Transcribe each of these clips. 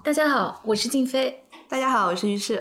大家好，我是静飞。 大家好，我是于适。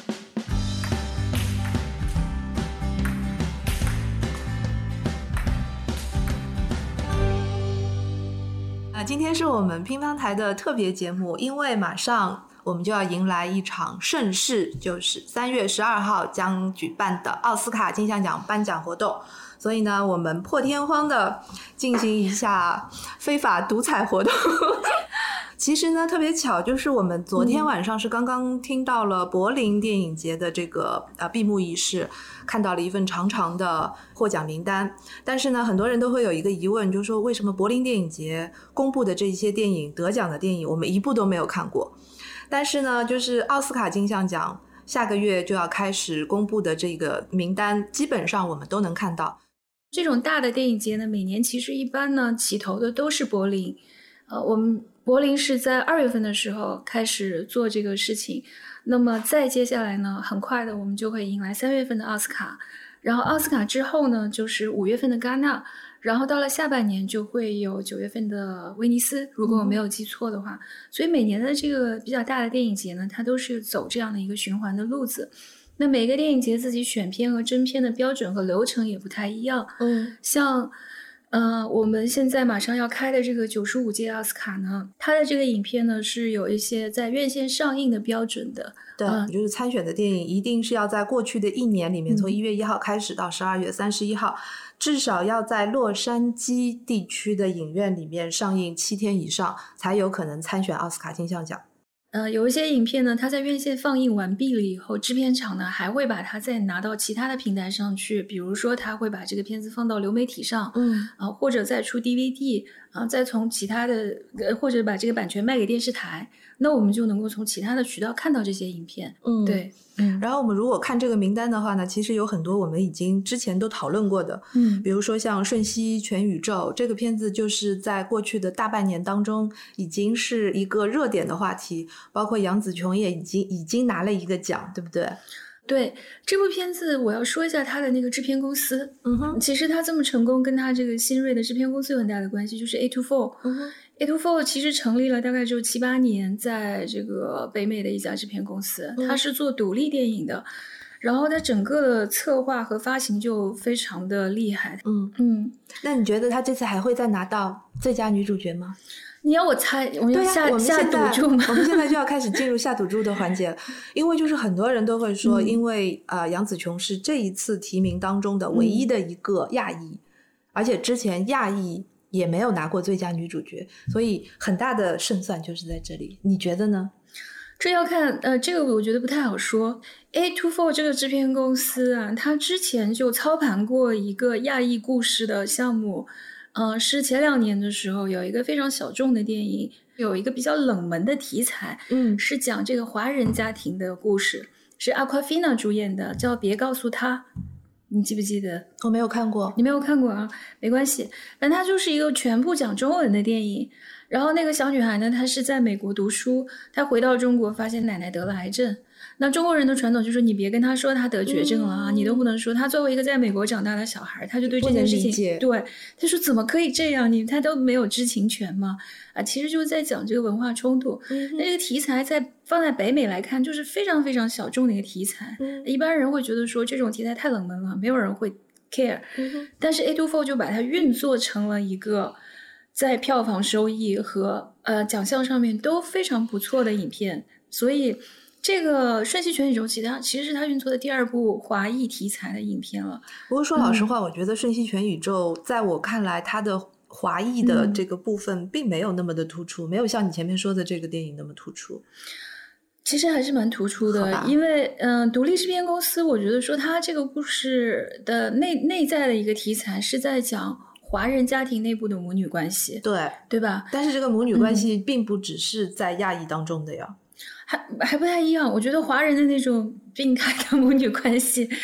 今天是我们乒乓台的特别节目，因为马上我们就要迎来一场盛事，就是3月12号将举办的奥斯卡金像奖颁奖活动。所以呢，我们破天荒的进行一下非法独彩活动。其实呢，特别巧，就是我们昨天晚上是刚刚听到了柏林电影节的这个闭幕仪式，看到了一份长长的获奖名单。但是呢，很多人都会有一个疑问，就是说为什么柏林电影节公布的这些电影得奖的电影，我们一部都没有看过？但是呢，就是奥斯卡金像奖下个月就要开始公布的这个名单，基本上我们都能看到。 这种大的电影节呢，每年其实一般呢起头的都是柏林。我们柏林是在2月份的时候开始做这个事情，那么再接下来呢，很快的我们就会迎来3月份的奥斯卡，然后奥斯卡之后呢就是5月份的戛纳，然后到了下半年就会有9月份的威尼斯，如果我没有记错的话。所以每年的这个比较大的电影节呢，它都是走这样的一个循环的路子。那每个电影节自己选片和甄片的标准和流程也不太一样。像我们现在马上要开的这个95届奥斯卡呢，它的这个影片呢是有一些在院线上映的标准的。 对，就是参选的电影一定是要在过去的1年里面，从1月1号开始到12月31号，至少要在洛杉矶地区的影院里面上映7天以上，才有可能参选奥斯卡金像奖。 有一些影片呢，它在院线放映完毕了以后，制片厂呢还会把它再拿到其他的平台上去，比如说它会把这个片子放到流媒体上，或者再出 DVD，再从其他的或者把这个版权卖给电视台，那我们就能够从其他的渠道看到这些影片。对。 然后我们如果看这个名单的话呢，其实有很多我们已经之前都讨论过的，比如说像《瞬息全宇宙》这个片子，就是在过去的大半年当中已经是一个热点的话题，包括杨紫琼也已经拿了一个奖，对不对？ 对，这部片子我要说一下它的那个制片公司。其实它这么成功跟它这个新锐的制片公司有很大的关系，就是 A24。A24 其实成立了大概只有7、8年，在这个北美的一家制片公司，它是做独立电影的，然后它整个的策划和发行就非常的厉害。 那你觉得他这次还会再拿到最佳女主角吗？ 你要我猜，我们要下赌注吗？ 我们现在就要开始进入下赌注的环节了。因为就是很多人都会说，因为杨紫琼是这一次提名当中的唯一的一个亚裔，而且之前亚裔也没有拿过最佳女主角，所以很大的胜算就是在这里。你觉得呢？ 这要看这个我觉得不太好说。A24 这个制片公司啊，它之前就操盘过一个亚裔故事的项目。是前2年的时候有一个非常小众的电影，有一个比较冷门的题材，是讲这个华人家庭的故事，是 Awkwafina 主演的，叫别告诉他。你记不记得？ 我没有看过。 你没有看过啊？没关系，但它就是一个全部讲中文的电影。然后那个小女孩呢，她是在美国读书，她回到中国发现奶奶得了癌症。那中国人的传统就是你别跟她说她得绝症了啊，你都不能说。她作为一个在美国长大的小孩，她就对这件事情，对，她说怎么可以这样？她都没有知情权吗？其实就是在讲这个文化冲突。那这个题材放在北美来看，就是非常非常小众的一个题材。一般人会觉得说这种题材太冷门了，没有人会 care。但是 A24 就把它运作成了一个在票房收益和奖项上面都非常不错的影片，所以这个《瞬息全宇宙》其实是他运作的第2部华裔题材的影片了。 不过说老实话，我觉得《瞬息全宇宙》在我看来，它的华裔的这个部分并没有那么的突出，没有像你前面说的这个电影那么突出。 其实还是蛮突出的，因为独立制片公司，我觉得说它这个故事的内在的一个题材是在讲华人家庭内部的母女关系，对吧？ 但是这个母女关系并不只是在亚裔当中的呀， 还不太一样。我觉得华人的那种病态的母女关系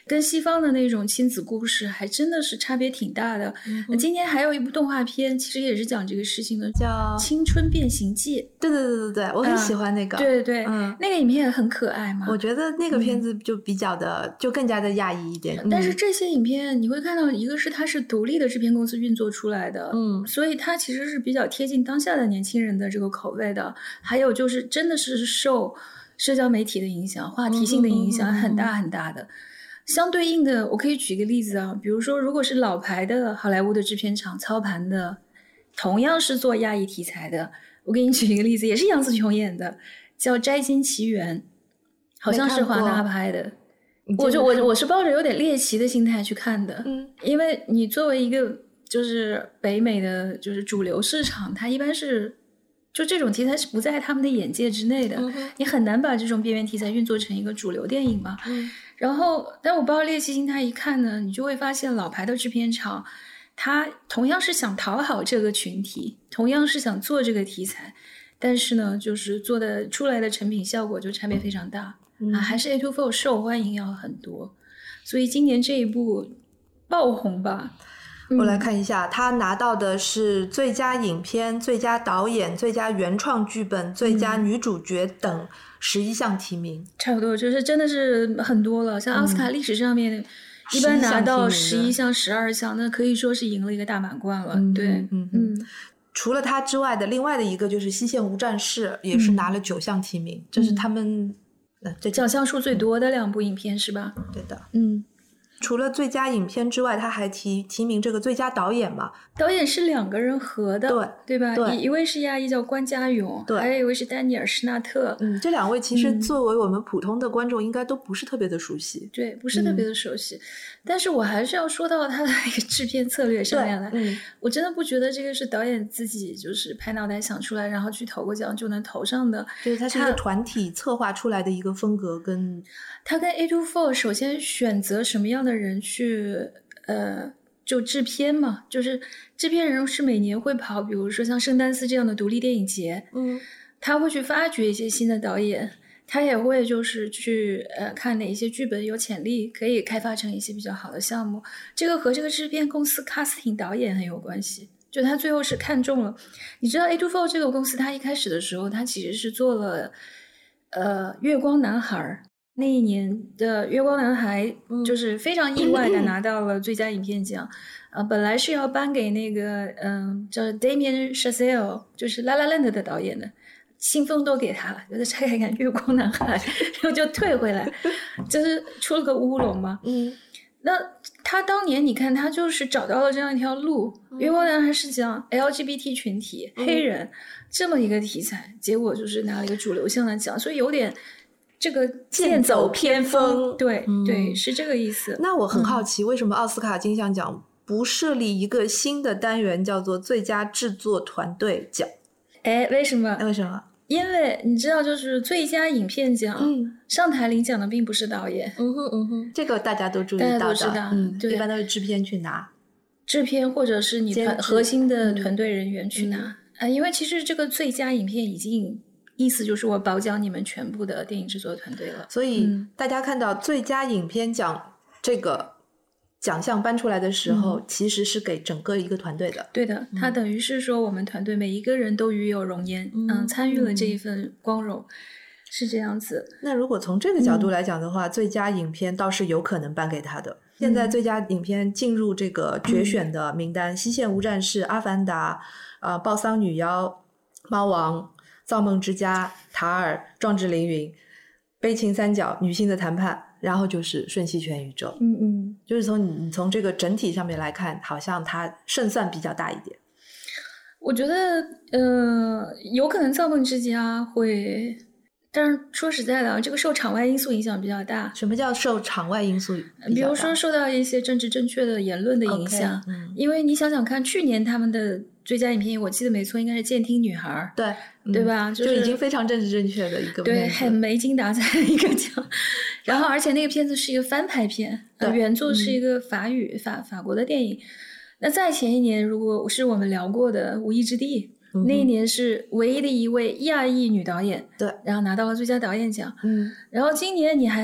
跟西方的那种亲子故事还真的是差别挺大的。今年还有一部动画片，其实也是讲这个事情的， 叫 《青春变形记》。 对，我很喜欢那个。 对，那个影片也很可爱嘛。 我觉得那个片子就比较的，就更加的亚裔一点。 但是这些影片你会看到，一个是它是独立的制片公司运作出来的，所以它其实是比较贴近当下的年轻人的这个口味的。还有就是真的是受社交媒体的影响，话题性的影响很大很大的。相对应的，我可以举个例子啊，比如说如果是老牌的好莱坞的制片厂操盘的，同样是做亚裔题材的，我给你举一个例子，也是杨紫琼演的，叫《摘金奇缘》，好像是华纳拍的。我是抱着有点猎奇的心态去看的，因为你作为一个就是北美的就是主流市场，它一般是就这种题材是不在他们的眼界之内的，你很难把这种边缘题材运作成一个主流电影嘛。然后但我抱着猎奇心态一看呢，你就会发现老牌的制片厂他同样是想讨好这个群体，同样是想做这个题材，但是呢就是做的出来的成品效果就差别非常大。还是 A24 受欢迎要很多，所以今年这一部爆红吧。 我来看一下，他拿到的是最佳影片、最佳导演、最佳原创剧本、最佳女主角等11项提名， 差不多就是真的是很多了。像奥斯卡历史上面一般拿到11项、12项，那可以说是赢了一个大满贯了。对， 除了他之外的另外的一个就是《西线无战事》，也是拿了9项提名，这是他们奖项数最多的2部影片是吧？ 对的。除了最佳影片之外，他还提名这个最佳导演嘛？ 导演是2个人合的，对吧？一位是亚裔叫关家勇，还有一位是丹尼尔施纳特。 这2位其实作为我们普通的观众，应该都不是特别的熟悉。 对，不是特别的熟悉。但是我还是要说到他的那个制片策略上面来。我真的不觉得这个是导演自己就是拍脑袋想出来，然后去投个奖就能投上的。 对，它是一个团体策划出来的一个风格跟。 他跟 A24 首先选择什么样的人去就制片嘛，就是制片人是每年会跑比如说像圣丹斯这样的独立电影节，他会去发掘一些新的导演，他也会就是去看哪一些剧本有潜力可以开发成一些比较好的项目，这个和这个制片公司 casting 导演很有关系，就他最后是看中了。你知道 A24 这个公司他一开始的时候他其实是做了月光男孩，那一年的月光男孩就是非常意外的拿到了最佳影片奖，本来是要颁给那个叫 Damien Chazelle 就是 La La Land 的导演的，信封都给他了，觉得拆开看月光男孩然后就退回来，就是出了个乌龙嘛。那他当年你看他就是找到了这样一条路，月光男孩是讲 LGBT 群体黑人这么一个题材，结果就是拿了一个主流项的奖，所以有点这个剑走偏锋。对，是这个意思。 那我很好奇，为什么奥斯卡金像奖不设立一个新的单元叫做最佳制作团队奖？ 为什么？因为你知道就是最佳影片奖上台领奖的并不是导演。 这个大家都注意到的，大家都知道。 对， 一般都是制片去拿， 制片或者是你核心的团队人员去拿。因为其实这个最佳影片已经意思就是我保奖你们全部的电影制作团队了， 所以大家看到最佳影片奖这个奖项颁出来的时候，其实是给整个一个团队的。 对的，它等于是说我们团队每一个人都与有荣焉，参与了这一份光荣，是这样子。 那如果从这个角度来讲的话，最佳影片倒是有可能颁给他的。现在最佳影片进入这个决选的名单，西线无战事、阿凡达、暴桑女妖、猫王、造梦之家、塔尔、壮志凌云、悲情三角、女性的谈判，然后就是瞬息全宇宙。就是从这个整体上面来看，好像它胜算比较大一点。 我觉得有可能造梦之家会，但是说实在的，这个受场外因素影响比较大。 什么叫受场外因素比较大？ 比如说受到一些政治正确的言论的影响。因为你想想看，去年他们的最佳影片我记得没错应该是监听女孩，对吧？ 就已经非常政治正确的一个片子， 对，很没精打采的一个奖。然后而且那个片子是一个翻拍片，原作是一个法国的电影。那再前一年如果是我们聊过的无意之地，那一年是唯一的一位亚裔女导演， 对， 然后拿到了最佳导演奖。然后今年你还要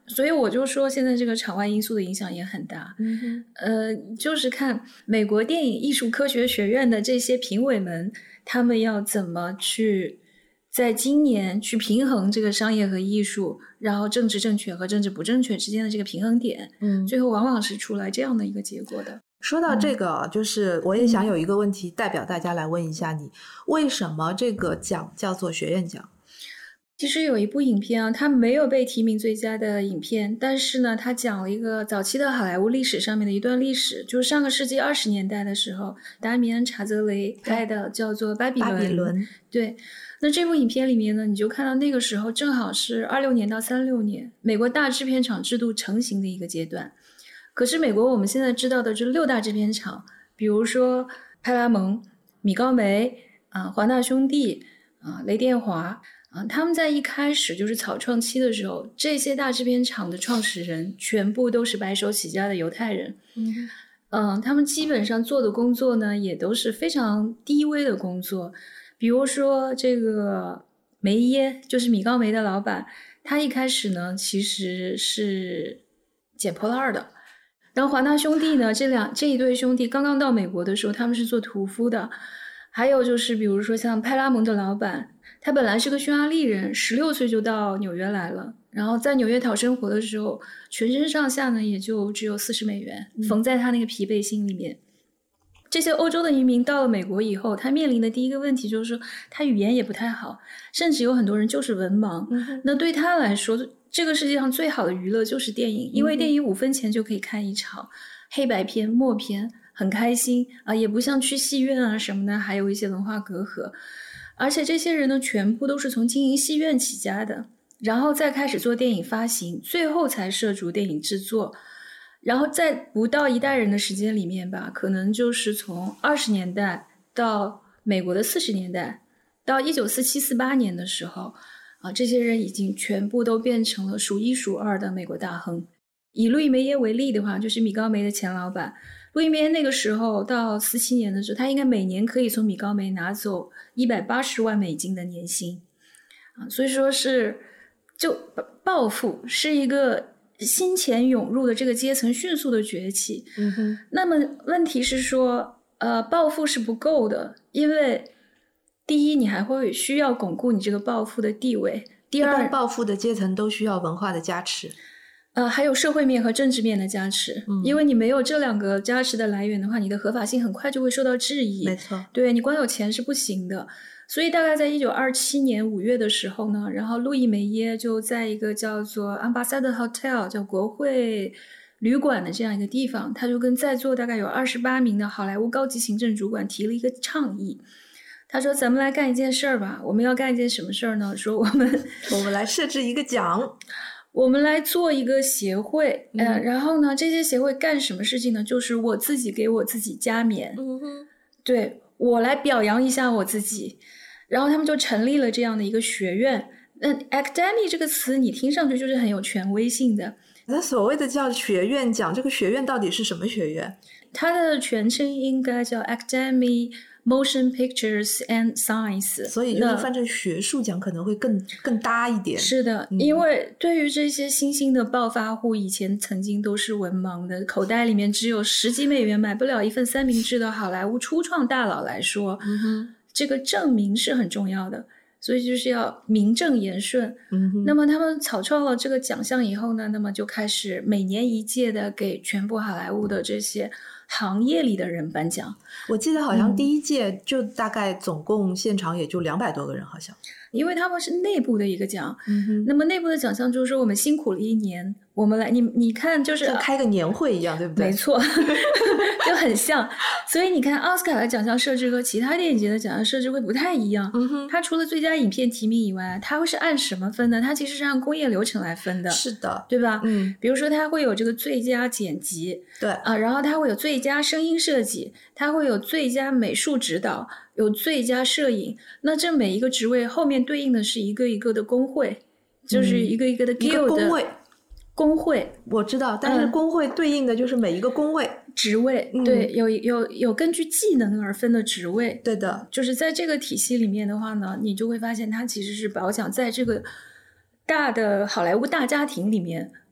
所以我就说现在这个场外因素的影响也很大。就是看美国电影艺术科学学院的这些评委们，他们要怎么去在今年去平衡这个商业和艺术，然后政治正确和政治不正确之间的这个平衡点，最后往往是出来这样的一个结果的。 说到这个，就是我也想有一个问题代表大家来问一下你，为什么这个奖叫做学院奖？ 其实有一部影片啊，它没有被提名最佳的影片，但是呢，它讲了一个早期的好莱坞历史上面的一段历史，就是上个世纪20年代的时候，达米安·查泽雷拍的，叫做《巴比伦》。对，那这部影片里面呢，你就看到那个时候正好是26年到36年，美国大制片厂制度成型的一个阶段。可是美国我们现在知道的这6大制片厂，比如说派拉蒙、米高梅华纳兄弟雷电华。他们在一开始就是草创期的时候，这些大制片厂的创始人全部都是白手起家的犹太人。他们基本上做的工作呢，也都是非常低微的工作。比如说这个梅耶，就是米高梅的老板，他一开始呢其实是捡破烂的。然后华纳兄弟呢，这一对兄弟刚刚到美国的时候，他们是做屠夫的。还有就是比如说像派拉蒙的老板，他本来是个匈牙利人，16岁就到纽约来了，然后在纽约讨生活的时候，全身上下呢也就只有40美元，缝在他那个疲惫心里面。这些欧洲的移民到了美国以后，他面临的第一个问题就是说他语言也不太好，甚至有很多人就是文盲。那对他来说，这个世界上最好的娱乐就是电影，因为电影5分钱就可以看一场黑白片、默片，很开心也不像去戏院什么的还有一些文化隔阂。而且这些人呢，全部都是从经营戏院起家的，然后再开始做电影发行，最后才涉足电影制作。然后在不到一代人的时间里面吧，可能就是从20年代到美国的40年代，到1947、48年的时候这些人已经全部都变成了数1数2的美国大亨。以路易梅耶为例的话，就是米高梅的前老板。路易梅耶那个时候到47年的时候，他应该每年可以从米高梅拿走180万美金的年薪所以说是就暴富是一个新钱涌入的这个阶层迅速的崛起。那么问题是说暴富是不够的，因为第一你还会需要巩固你这个暴富的地位，第二一般暴富的阶层都需要文化的加持。 还有社会面和政治面的加持，因为你没有这2个加持的来源的话，你的合法性很快就会受到质疑。 没错， 对，你光有钱是不行的。所以大概在1927年5月的时候呢，然后路易梅耶就在一个叫做 Ambassador Hotel 叫国会旅馆的这样一个地方，他就跟在座大概有28名的好莱坞高级行政主管提了一个倡议。他说咱们来干一件事儿吧，我们要干一件什么事儿呢？说我们来设置一个奖， 我们来做一个协会，然后呢，这些协会干什么事情呢？就是我自己给我自己加冕，对，我来表扬一下我自己。然后他们就成立了这样的一个学院。academy 这个词你听上去就是很有权威性的。 那所谓的叫学院奖，这个学院到底是什么学院？ 它的全称应该叫 Academy Motion Pictures and Science， 所以就是翻成学术奖可能会更搭一点。 是的，因为对于这些新兴的暴发户，以前曾经都是文盲的，口袋里面只有10几美元买不了一份三明治的好莱坞初创大佬来说，这个证明是很重要的，所以就是要名正言顺。那么他们草创了这个奖项以后呢，那么就开始每年一届的给全部好莱坞的这些行业里的人颁奖。 我记得好像第一届就大概总共现场也就200多个人好像。 因为他们是内部的一个奖，那么内部的奖项就是说我们辛苦了一年，我们来你看就是像开个年会一样，对不对？ 没错就很像。所以你看奥斯卡的奖项设置和其他电影节的奖项设置会不太一样。它除了最佳影片提名以外，它会是按什么分呢？它其实是按工业流程来分的。 是的， 对吧？比如说它会有这个最佳剪辑， 对然后它会有最佳声音设计，它会有最佳美术指导，有最佳摄影。那这每一个职位后面对应的是一个一个的工会，就是一个一个的 guild 的工会。 我知道，但是工会对应的就是每一个工位职位，对，有根据技能而分的职位。 对的， 就是在这个体系里面的话呢，你就会发现它其实是保奖在这个大的好莱坞大家庭里面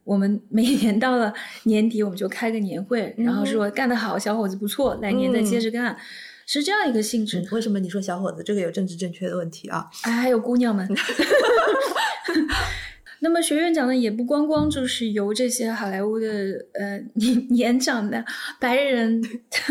我们每年到了年底我们就开个年会，然后说干得好，小伙子不错，来年再接着干，是这样一个性质。 为什么你说小伙子？这个有政治正确的问题啊。 还有姑娘们。那么学院奖呢，也不光光就是由这些好莱坞的年长的白人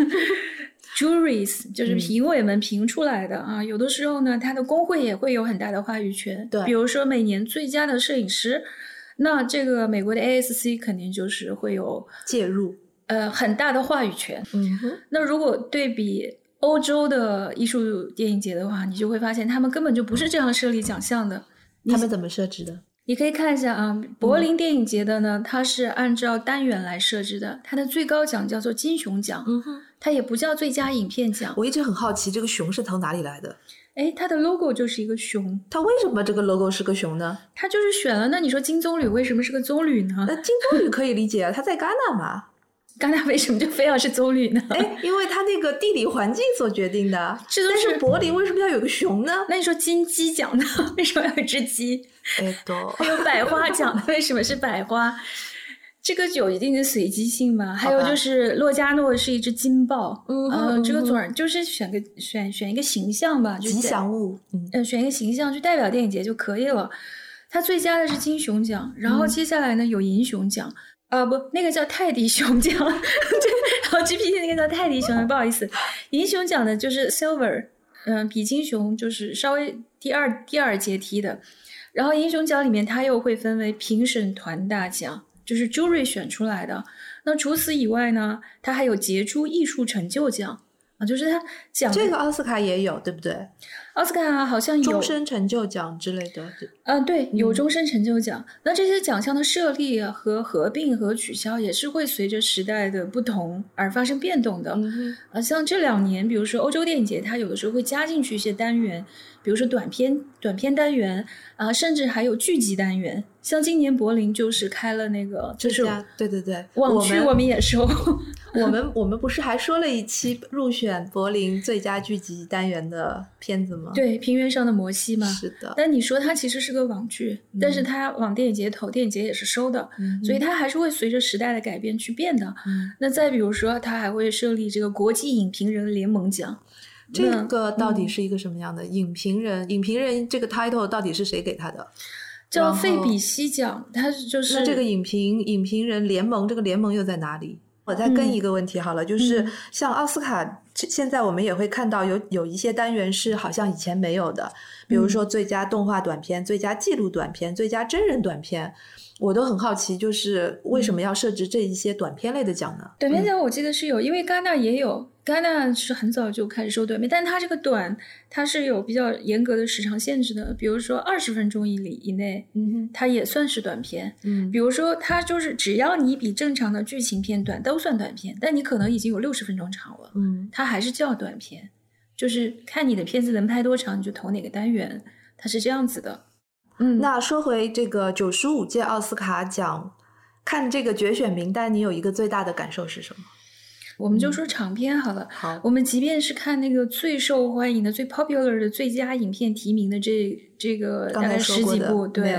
juries 就是评委们评出来的啊，有的时候呢他的工会也会有很大的话语权。 对， 比如说每年最佳的摄影师，那这个美国的 ASC 肯定就是会有介入很大的话语权。那如果对比欧洲的艺术电影节的话，你就会发现他们根本就不是这样设立奖项的。 他们怎么设置的？ 你可以看一下啊，柏林电影节的呢，它是按照单元来设置的，它的最高奖叫做金熊奖，它也不叫最佳影片奖。 我一直很好奇，这个熊是从哪里来的？ 它的 logo 就是一个熊。 它为什么这个 logo 是个熊呢？ 它就是选了，那你说金棕榈为什么是个棕榈呢？ 金棕榈可以理解啊，它在戛纳嘛。 戛纳为什么就非要是棕榈呢？ 因为它那个地理环境所决定的。 但是柏林为什么要有个熊呢？ 那你说金鸡奖呢？为什么要有一只鸡？还有百花奖的为什么是百花？这个有一定的随机性嘛。还有就是洛迦诺是一只金豹，这个总就是选一个形象吧， 吉祥物， 选一个形象去代表电影节就可以了。它最佳的是金熊奖，然后接下来呢有银熊奖。不，那个叫泰迪熊奖，然后 GPT 那个叫泰迪熊，不好意思。银熊奖的就是 Silver， 比金熊就是稍微第二阶梯的。然后银熊奖里面它又会分为评审团大奖，就是 jury 选出来的。那除此以外呢，它还有杰出艺术成就奖啊，就是它奖这个奥斯卡也有，对不对？ 奥斯卡好像有终身成就奖之类的。 对，有终身成就奖。那这些奖项的设立和合并和取消也是会随着时代的不同而发生变动的。像这2年，比如说欧洲电影节，它有的时候会加进去一些单元，比如说短片单元甚至还有剧集单元。像今年柏林就是开了那个，就是对， 网剧我们也收。 我们不是还说了一期入选柏林最佳剧集单元的片子吗？ 对，平原上的摩西嘛。 是的。 但你说它其实是个网剧，但是它往电影节投，电影节也是收的，所以它还是会随着时代的改变去变的。那再比如说，它还会设立这个国际影评人联盟奖。 这个到底是一个什么样的影评人？影评人这个 title 到底是谁给他的？ 叫费比西奖，它就是那这个影评人联盟，这个联盟又在哪里？我再跟一个问题好了，就是像奥斯卡，现在我们也会看到有一些单元是好像以前没有的，比如说最佳动画短片、最佳纪录短片、最佳真人短片。我都很好奇，就是为什么要设置这一些短片类的奖呢？ 短片奖我记得是有，因为戛纳也有，戛纳是很早就开始收短片，但它这个短它是有比较严格的时长限制的，比如说20分钟以内，它也算是短片。比如说它就是只要你比正常的剧情片短都算短片，但你可能已经有60分钟长了，它还是叫短片，就是看你的片子能拍多长你就投哪个单元，它是这样子的。 那说回这个95届奥斯卡奖，看这个决选名单，你有一个最大的感受是什么？ 我们就说长片好了。 好， 我们即便是看那个最受欢迎的、最 popular 的最佳影片提名的这个大概10几部，对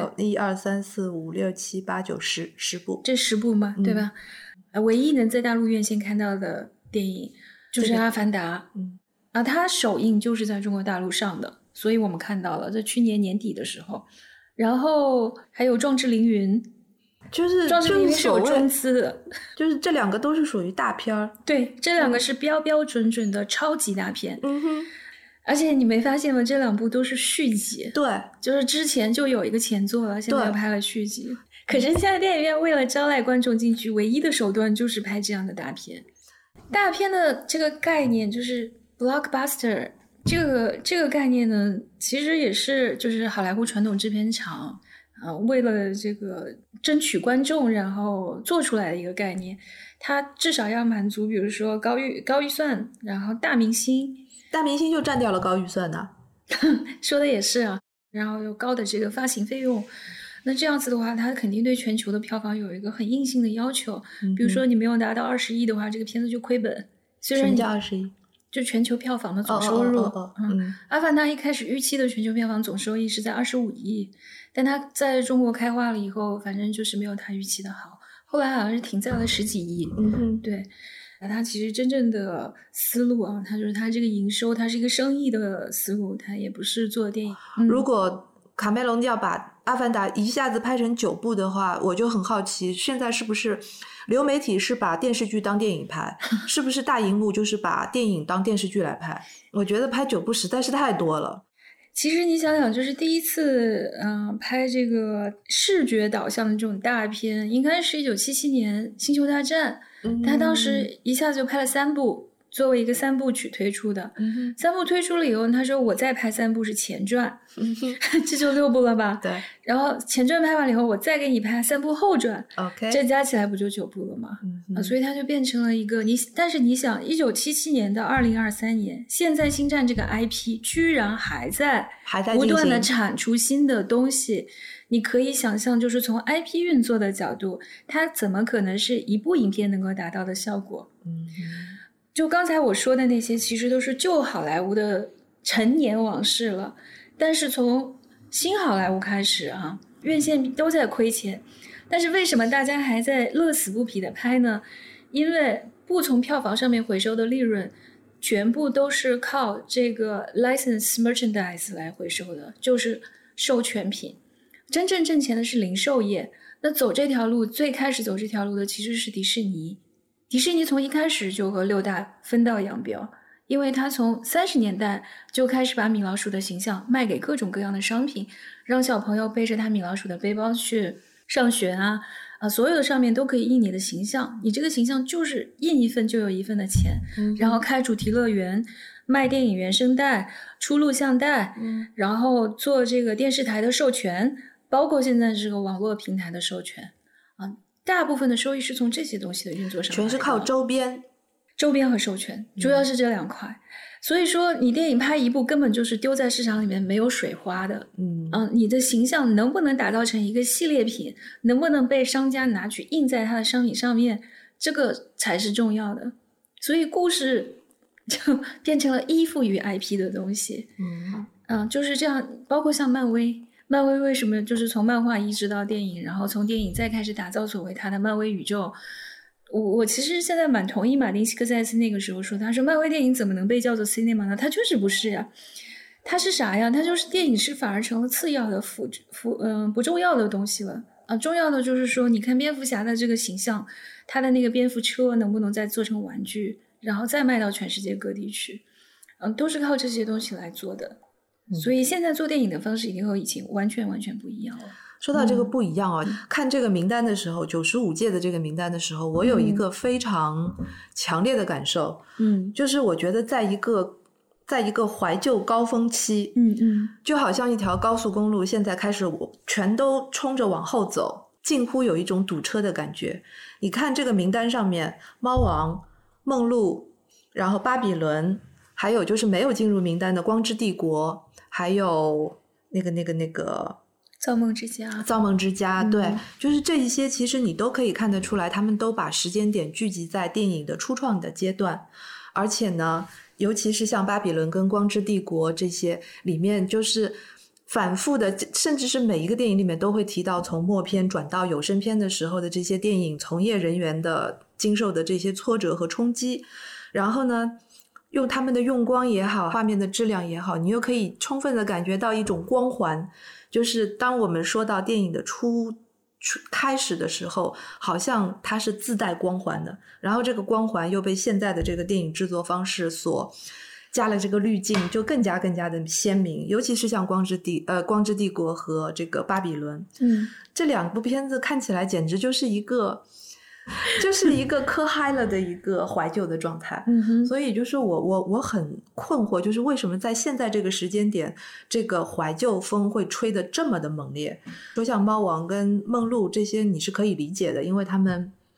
，1、2、3、4、5、6、7、8、9、10部， 这10部嘛，对吧？唯一能在大陆院线看到的电影就是《阿凡达》，它首映就是在中国大陆上的，所以我们看到了，在去年年底的时候。然后还有《壮志凌云》， 就是壮志凌云是有中资的， 就是这2个都是属于大片儿。 对，这2个是标标准准的超级大片。而且你没发现吗？这2部都是续集。 对， 就是之前就有一个前作了，现在又拍了续集。可是现在电影院为了招来观众进去，唯一的手段就是拍这样的大片。大片的这个概念就是 blockbuster。这个概念呢，其实也是就是好莱坞传统制片厂为了这个争取观众，然后做出来的一个概念。它至少要满足，比如说高预算，然后大明星就占掉了高预算呢。 说的也是啊，然后有高的这个发行费用。那这样子的话，它肯定对全球的票房有一个很硬性的要求。比如说你没有达到20亿的话，这个片子就亏本。虽然什么叫20亿？ 就全球票房的总收入。阿凡达一开始预期的全球票房总收益是在25亿，但它在中国开画了以后，反正就是没有它预期的好，后来好像是停在了10几亿。对。它其实真正的思路啊，它就是它这个营收，它是一个生意的思路，它也不是做电影。 如果卡梅隆要把阿凡达一下子拍成9部的话，我就很好奇，现在是不是流媒体是把电视剧当电影拍，是不是大荧幕就是把电影当电视剧来拍？我觉得拍9部实在是太多了。 其实你想想，就是第一次拍这个视觉导向的这种大片，应该是1977年《星球大战》，他当时一下子就拍了3部，作为一个3部曲推出的。3部推出了以后，他说我再拍3部是前传，这就6部了吧？ 对。 然后前传拍完了以后，我再给你拍3部后传，这加起来不就9部了吗？所以它就变成了一个但是你想，1977年到2023年，现在星战这个 IP 居然还在不断的产出新的东西。你可以想象，就是从 IP 运作的角度，它怎么可能是一部影片能够达到的效果？就刚才我说的那些，其实都是旧好莱坞的陈年往事了。但是从新好莱坞开始啊，院线都在亏钱，但是为什么大家还在乐此不疲的拍呢？因为不从票房上面回收的利润，全部都是靠这个 license merchandise 来回收的，就是授权品。真正挣钱的是零售业。那走这条路，最开始走这条路的其实是迪士尼。迪士尼从一开始就和6大分道扬镳，因为他从30年代就开始把米老鼠的形象卖给各种各样的商品，让小朋友背着他米老鼠的背包去上学所有的上面都可以印你的形象，你这个形象就是印一份就有一份的钱。然后开主题乐园，卖电影原声带，出录像带，然后做这个电视台的授权，包括现在这个网络平台的授权大部分的收益是从这些东西的运作上， 全是靠周边和授权，主要是这2块。所以说你电影拍一部根本就是丢在市场里面没有水花的。你的形象能不能打造成一个系列品，能不能被商家拿去印在他的商品上面，这个才是重要的。所以故事就变成了依附于 IP 的东西。就是这样。包括像漫威为什么就是从漫画移植到电影，然后从电影再开始打造所谓它的漫威宇宙。我其实现在蛮同意马丁斯科塞斯那个时候说，他说漫威电影怎么能被叫做 cinema 呢？它确实不是呀。它是啥呀？它就是电影是反而成了次要的不重要的东西了重要的就是说，你看蝙蝠侠的这个形象，他的那个蝙蝠车能不能再做成玩具，然后再卖到全世界各地去都是靠这些东西来做的。所以现在做电影的方式已经和以前完全不一样了。 说到这个不一样看这个名单的时候，95届的这个名单的时候，我有一个非常强烈的感受，就是我觉得在一个怀旧高峰期，就好像一条高速公路现在开始全都冲着往后走，近乎有一种堵车的感觉。你看这个名单上面，猫王、梦露，然后巴比伦，还有就是没有进入名单的光之帝国，还有那个造梦之家， 对，就是这一些其实你都可以看得出来，他们都把时间点聚集在电影的初创的阶段。而且呢，尤其是像巴比伦跟光之帝国这些里面，就是反复的，甚至是每一个电影里面都会提到从默片转到有声片的时候的这些电影从业人员的经受的这些挫折和冲击。然后呢，用他们的用光也好，画面的质量也好，你又可以充分的感觉到一种光环。就是当我们说到电影的开始的时候，好像它是自带光环的，然后这个光环又被现在的这个电影制作方式所加了这个滤镜，就更加的鲜明。尤其是像光之帝国和这个巴比伦，这2部片子看起来简直就是一个磕嗨了的一个怀旧的状态。所以就是我很困惑，就是为什么在现在这个时间点，这个怀旧风会吹得这么的猛烈。说像猫王跟梦露这些你是可以理解的，因为他们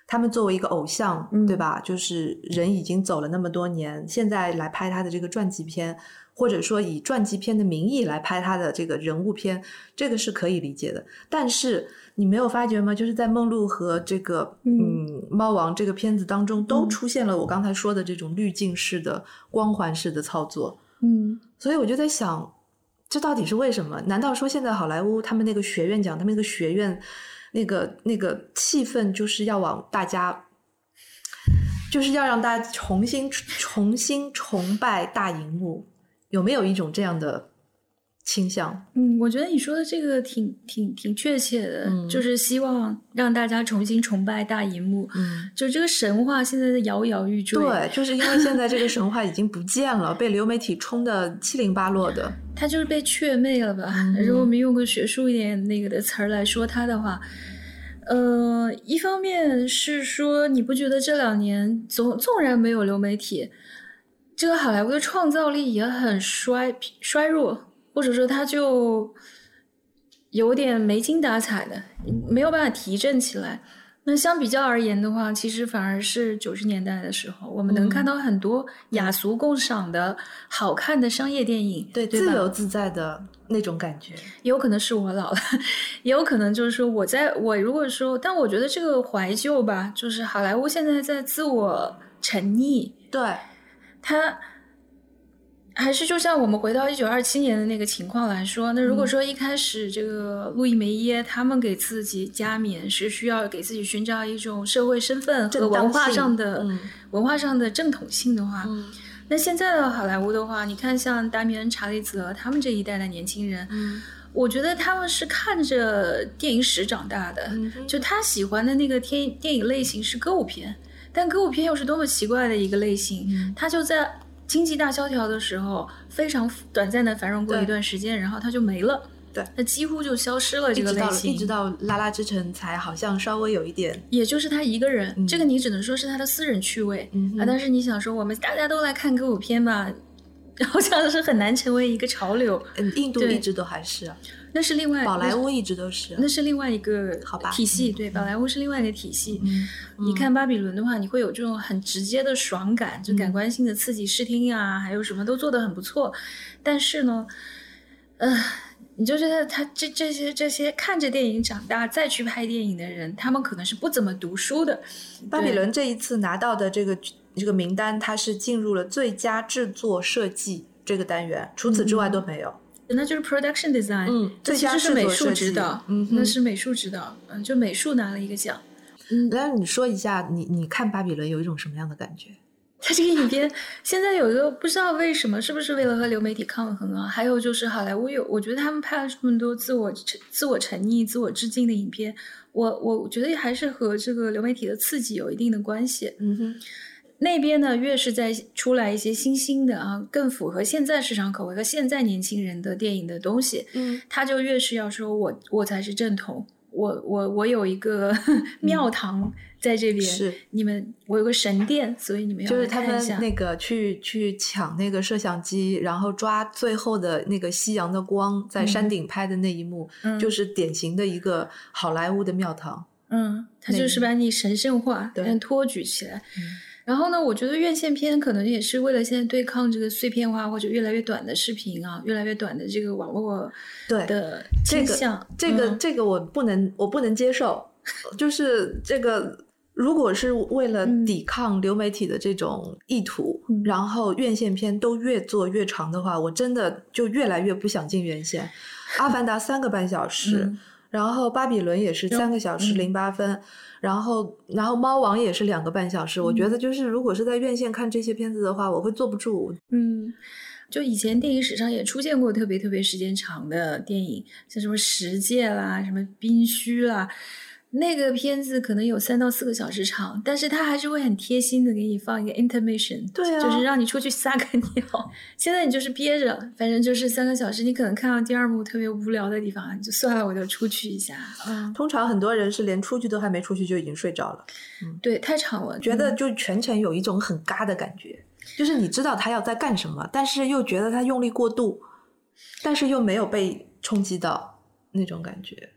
他们作为一个偶像，对吧？就是人已经走了那么多年，现在来拍他的这个传记片，或者说以传记片的名义来拍他的这个人物片，这个是可以理解的。但是你没有发觉吗？就是在梦露和这个猫王这个片子当中，都出现了我刚才说的这种滤镜式的、光环式的操作。所以我就在想，这到底是为什么？难道说现在好莱坞他们那个学院奖，他们那个学院那个气氛就是要往大家，就是要让大家重新崇拜大荧幕，有没有一种这样的倾向？ 我觉得你说的这个挺确切的，就是希望让大家重新崇拜大荧幕。就这个神话现在的摇摇欲坠。 对，就是因为现在这个神话已经不见了，被流媒体冲得七零八落的。 它就是被雀魅了吧？如果我们用个学术一点那个的词儿来说它的话，一方面是说，你不觉得这2年纵然没有流媒体，这个好莱坞的创造力也很衰弱，或者说它就有点没精打采的，没有办法提振起来。那相比较而言的话，其实反而是90年代的时候，我们能看到很多雅俗共赏的好看的商业电影， 对，自由自在的那种感觉。 也有可能是我老了，也有可能就是说我如果说，但我觉得这个怀旧吧，就是好莱坞现在在自我沉溺， 对， 它还是就像我们回到1927年的那个情况来说，那如果说一开始这个路易梅耶他们给自己加冕是需要给自己寻找一种社会身份和文化上的正统性的话，那现在的好莱坞的话，你看像达米恩·查理泽他们这一代的年轻人，我觉得他们是看着电影史长大的，就他喜欢的那个电影类型是歌舞片，但歌舞片又是多么奇怪的一个类型，他就在经济大萧条的时候非常短暂的繁荣过一段时间，然后它就没了， 对， 它几乎就消失了这个类型， 一直到拉拉之城才好像稍微有一点， 也就是他一个人，这个你只能说是他的私人趣味，但是你想说我们大家都来看歌舞片吧，好像是很难成为一个潮流。 印度一直都还是啊， 那是另外， 宝莱坞一直都是， 那是另外一个体系，对，宝莱坞是另外一个体系。你看巴比伦的话，你会有这种很直接的爽感，就感官性的刺激，视听啊，还有什么都做得很不错。但是呢，你就觉得他这些看着电影长大再去拍电影的人，他们可能是不怎么读书的。 巴比伦这一次拿到的这个名单，它是进入了最佳制作设计这个单元，除此之外都没有。 那就是 production design，这其实是美术指导，那是美术指导，就美术拿了一个奖。 来，你说一下，你看巴比伦有一种什么样的感觉？ 他这个影片现在有一个不知道为什么，是不是为了和流媒体抗衡啊？还有就是好莱坞我觉得他们拍了这么多自我沉溺、自我致敬的影片，我觉得还是和这个流媒体的刺激有一定的关系。那边呢，越是在出来一些新兴的啊，更符合现在市场口味和现在年轻人的电影的东西，他就越是要说我才是正统，我有一个庙堂在这边， 是我有个神殿，所以你们要来看一下。 就是他们那个去抢那个摄像机，然后抓最后的那个夕阳的光，在山顶拍的那一幕，就是典型的一个好莱坞的庙堂。 他就是把你神圣化，托举起来。然后呢，我觉得院线片可能也是为了现在对抗这个碎片化或者越来越短的视频啊，越来越短的这个网络的倾向。 这个我不能接受，就是这个如果是为了抵抗流媒体的这种意图，然后院线片都越做越长的话，我真的就越来越不想进院线。阿凡达3个半小时，然后巴比伦也是3个小时08分。然后猫王也是2个半小时，我觉得就是如果是在院线看这些片子的话，我会坐不住。 就以前电影史上也出现过特别特别时间长的电影，像什么十戒啦，什么宾虚啦，那个片子可能有3到4个小时长，但是它还是会很贴心的给你放一个 intermission， 对啊， 就是让你出去撒个尿。现在你就是憋着，反正就是3个小时，你可能看到第2幕特别无聊的地方，你就算了，我就出去一下。 通常很多人是连出去都还没出去就已经睡着了。 对，太长了， 觉得就全程有一种很尬的感觉，就是你知道他要在干什么，但是又觉得他用力过度，但是又没有被冲击到那种感觉。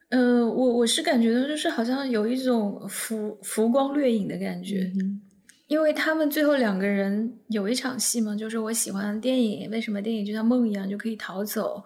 我是感觉到就是好像有一种浮光掠影的感觉，因为他们最后2个人有一场戏嘛，就是我喜欢电影，为什么电影就像梦一样就可以逃走？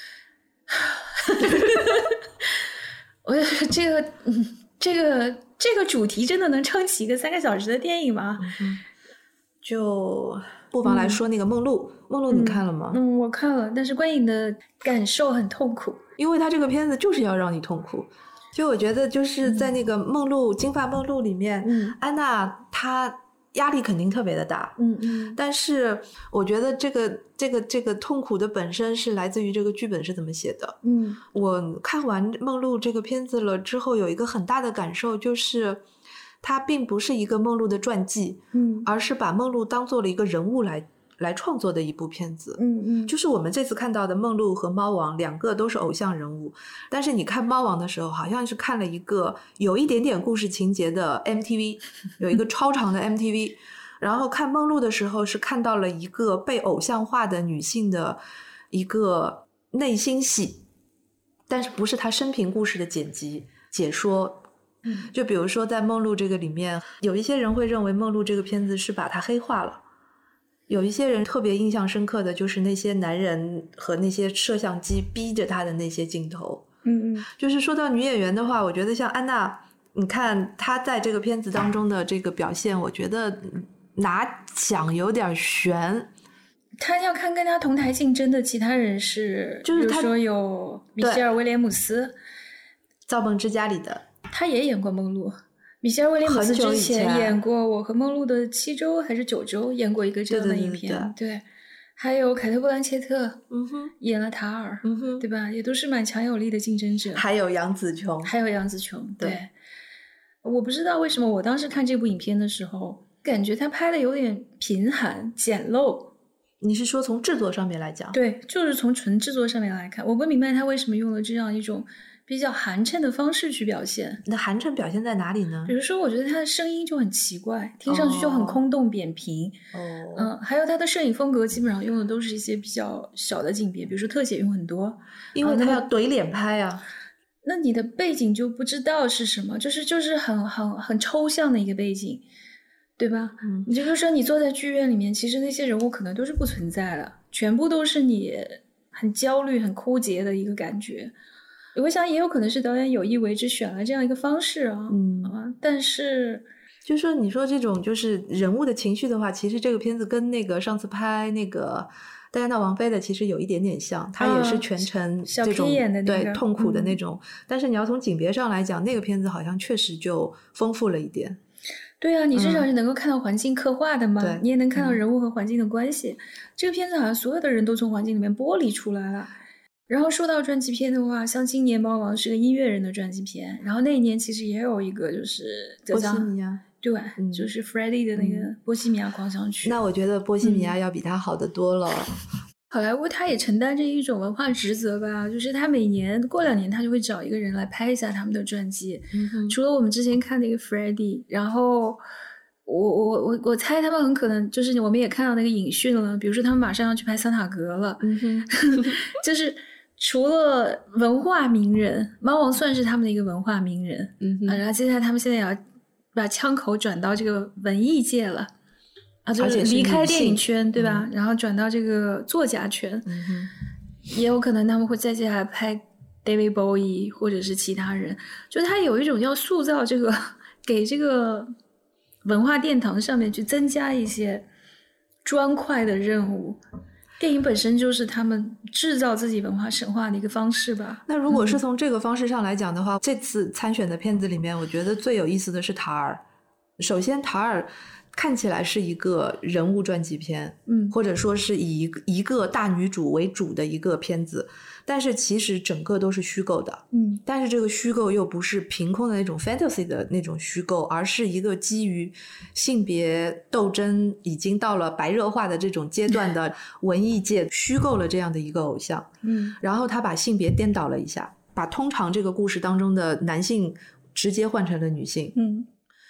我就说这个主题真的能撑起一个3个小时的电影吗？ 就不妨来说那个梦露，梦露你看了吗？ 我看了，但是观影的感受很痛苦， 因为他这个片子就是要让你痛苦。就我觉得就是在那个梦露金发梦露里面，安娜她压力肯定特别的大，但是我觉得这个痛苦的本身是来自于这个剧本是怎么写的。我看完梦露这个片子了之后，有一个很大的感受，就是它并不是一个梦露的传记，而是把梦露当做了一个人物来创作的一部片子。就是我们这次看到的梦露和猫王2个都是偶像人物，但是你看猫王的时候好像是看了一个有一点点故事情节的 MTV， 有一个超长的 MTV 然后看梦露的时候是看到了一个被偶像化的女性的一个内心戏，但是不是她生平故事的剪辑解说。就比如说在梦露这个里面，有一些人会认为梦露这个片子是把她黑化了，有一些人特别印象深刻的就是那些男人和那些摄像机逼着她的那些镜头。就是说到女演员的话，我觉得像安娜，你看她在这个片子当中的这个表现，我觉得拿奖有点悬。 他要看跟他同台竞争的其他人是， 就是比如说有米歇尔·威廉姆斯， 造梦之家里的， 他也演过梦露。米歇尔·威廉姆斯之前演过我和梦露的7周还是9周，演过一个这样的影片。对，还有凯特·布兰切特，演了塔尔，对吧？也都是蛮强有力的竞争者。 还有杨紫琼， 对。我不知道为什么我当时看这部影片的时候，感觉他拍的有点贫寒简陋。 你是说从制作上面来讲？ 对，就是从纯制作上面来看，我不明白他为什么用了这样一种比较寒碜的方式去表现。 那寒碜表现在哪里呢？ 比如说我觉得他的声音就很奇怪，听上去就很空洞扁平。还有他的摄影风格基本上用的都是一些比较小的景别，比如说特写用很多， 因为他要怼脸拍啊。 那你的背景就不知道是什么，就是很抽象的一个背景，对吧？你就说你坐在剧院里面，其实那些人物可能都是不存在的，全部都是你很焦虑很枯竭的一个感觉。我想也有可能是导演有意为之选了这样一个方式啊。但是就是说你说这种就是人物的情绪的话，其实这个片子跟那个上次拍那个戴安娜王妃的其实有一点点像，她也是全程这种、对痛苦的那种，但是你要从景别上来讲，那个片子好像确实就丰富了一点。 对啊，你至少是能够看到环境刻画的嘛，你也能看到人物和环境的关系。这个片子好像所有的人都从环境里面剥离出来了。然后说到传记片的话，像今年猫王是个音乐人的传记片，然后那一年其实也有一个就是波西米亚， 对，就是 Freddie 的那个波西米亚狂想曲。 那我觉得波西米亚要比他好得多了。 好莱坞他也承担着一种文化职责吧，就是他每年过2年他就会找一个人来拍一下他们的传记。除了我们之前看那个 Freddie， 然后我猜他们很可能就是我们也看到那个影讯了，比如说他们马上要去拍桑塔格了。就是除了文化名人，猫王算是他们的一个文化名人。然后接下来他们现在也要把枪口转到这个文艺界了。就是离开电影圈，对吧？然后转到这个作家圈。也有可能他们会再接下来拍 David Bowie 或者是其他人，就他有一种要塑造这个给这个文化殿堂上面去增加一些砖块的任务。电影本身就是他们制造自己文化神话的一个方式吧。 那如果是从这个方式上来讲的话，这次参选的片子里面我觉得最有意思的是塔尔。首先塔尔看起来是一个人物传记片，或者说是以一个大女主为主的一个片子，但是其实整个都是虚构的。但是这个虚构又不是凭空的那种 fantasy 的那种虚构，而是一个基于性别斗争已经到了白热化的这种阶段的文艺界虚构了这样的一个偶像。然后他把性别颠倒了一下，把通常这个故事当中的男性直接换成了女性。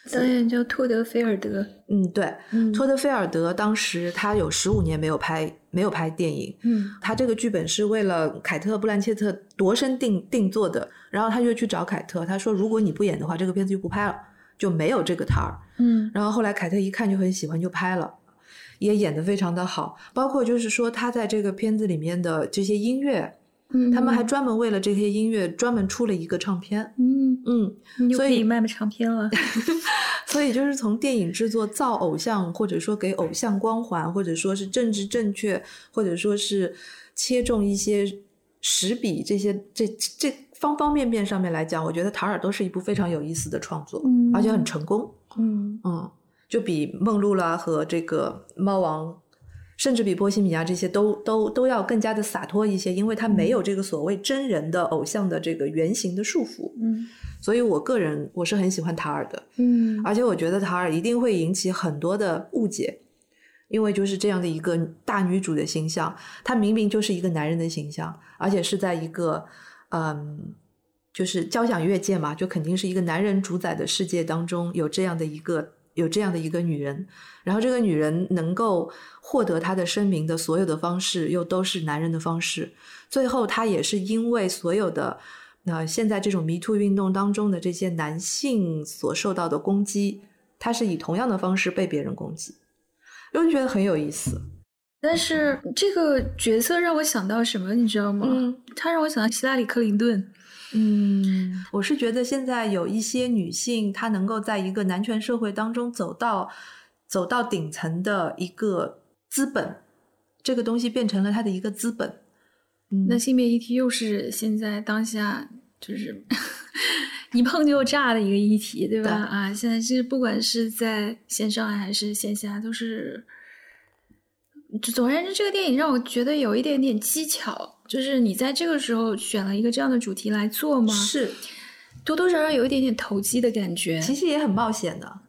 导演叫托德菲尔德。 对，托德菲尔德当时他有15年没有拍电影，他这个剧本是为了凯特·布兰切特度身定做的，然后他就去找凯特，他说如果你不演的话，这个片子就不拍了，就没有这个塔尔。然后后来凯特一看就很喜欢，就拍了，也演得非常的好，包括就是说他在这个片子里面的这些音乐，他们还专门为了这些音乐专门出了一个唱片。 你就可以卖唱片了。 所以就是从电影制作造偶像，或者说给偶像光环，或者说是政治正确，或者说是切中一些时笔，这些这方方面面上面来讲，我觉得塔尔都是一部非常有意思的创作，而且很成功。就比梦露啦和这个猫王，甚至比波西米亚这些都要更加的洒脱一些，因为它没有这个所谓真人的偶像的这个原型的束缚。所以我个人是很喜欢塔尔的。而且我觉得塔尔一定会引起很多的误解，因为就是这样的一个大女主的形象，她明明就是一个男人的形象，而且是在一个就是交响乐界嘛，就肯定是一个男人主宰的世界当中有这样的一个女人，然后这个女人能够获得她的声名的所有的方式又都是男人的方式，最后她也是因为所有的现在这种 Me Too 运动当中的这些男性所受到的攻击，她是以同样的方式被别人攻击，我就觉得很有意思。 但是这个角色让我想到什么你知道吗？他让我想到希拉里·克林顿。 我是觉得现在有一些女性她能够在一个男权社会当中走到顶层的一个资本，这个东西变成了她的一个资本。 那性别议题又是现在当下就是一碰就炸的一个议题，对吧？现在是不管是在线上还是线下都是，总而言之这个电影让我觉得有一点点技巧，就是你在这个时候选了一个这样的主题来做吗？ 是多多少少有一点点投机的感觉， 其实也很冒险的。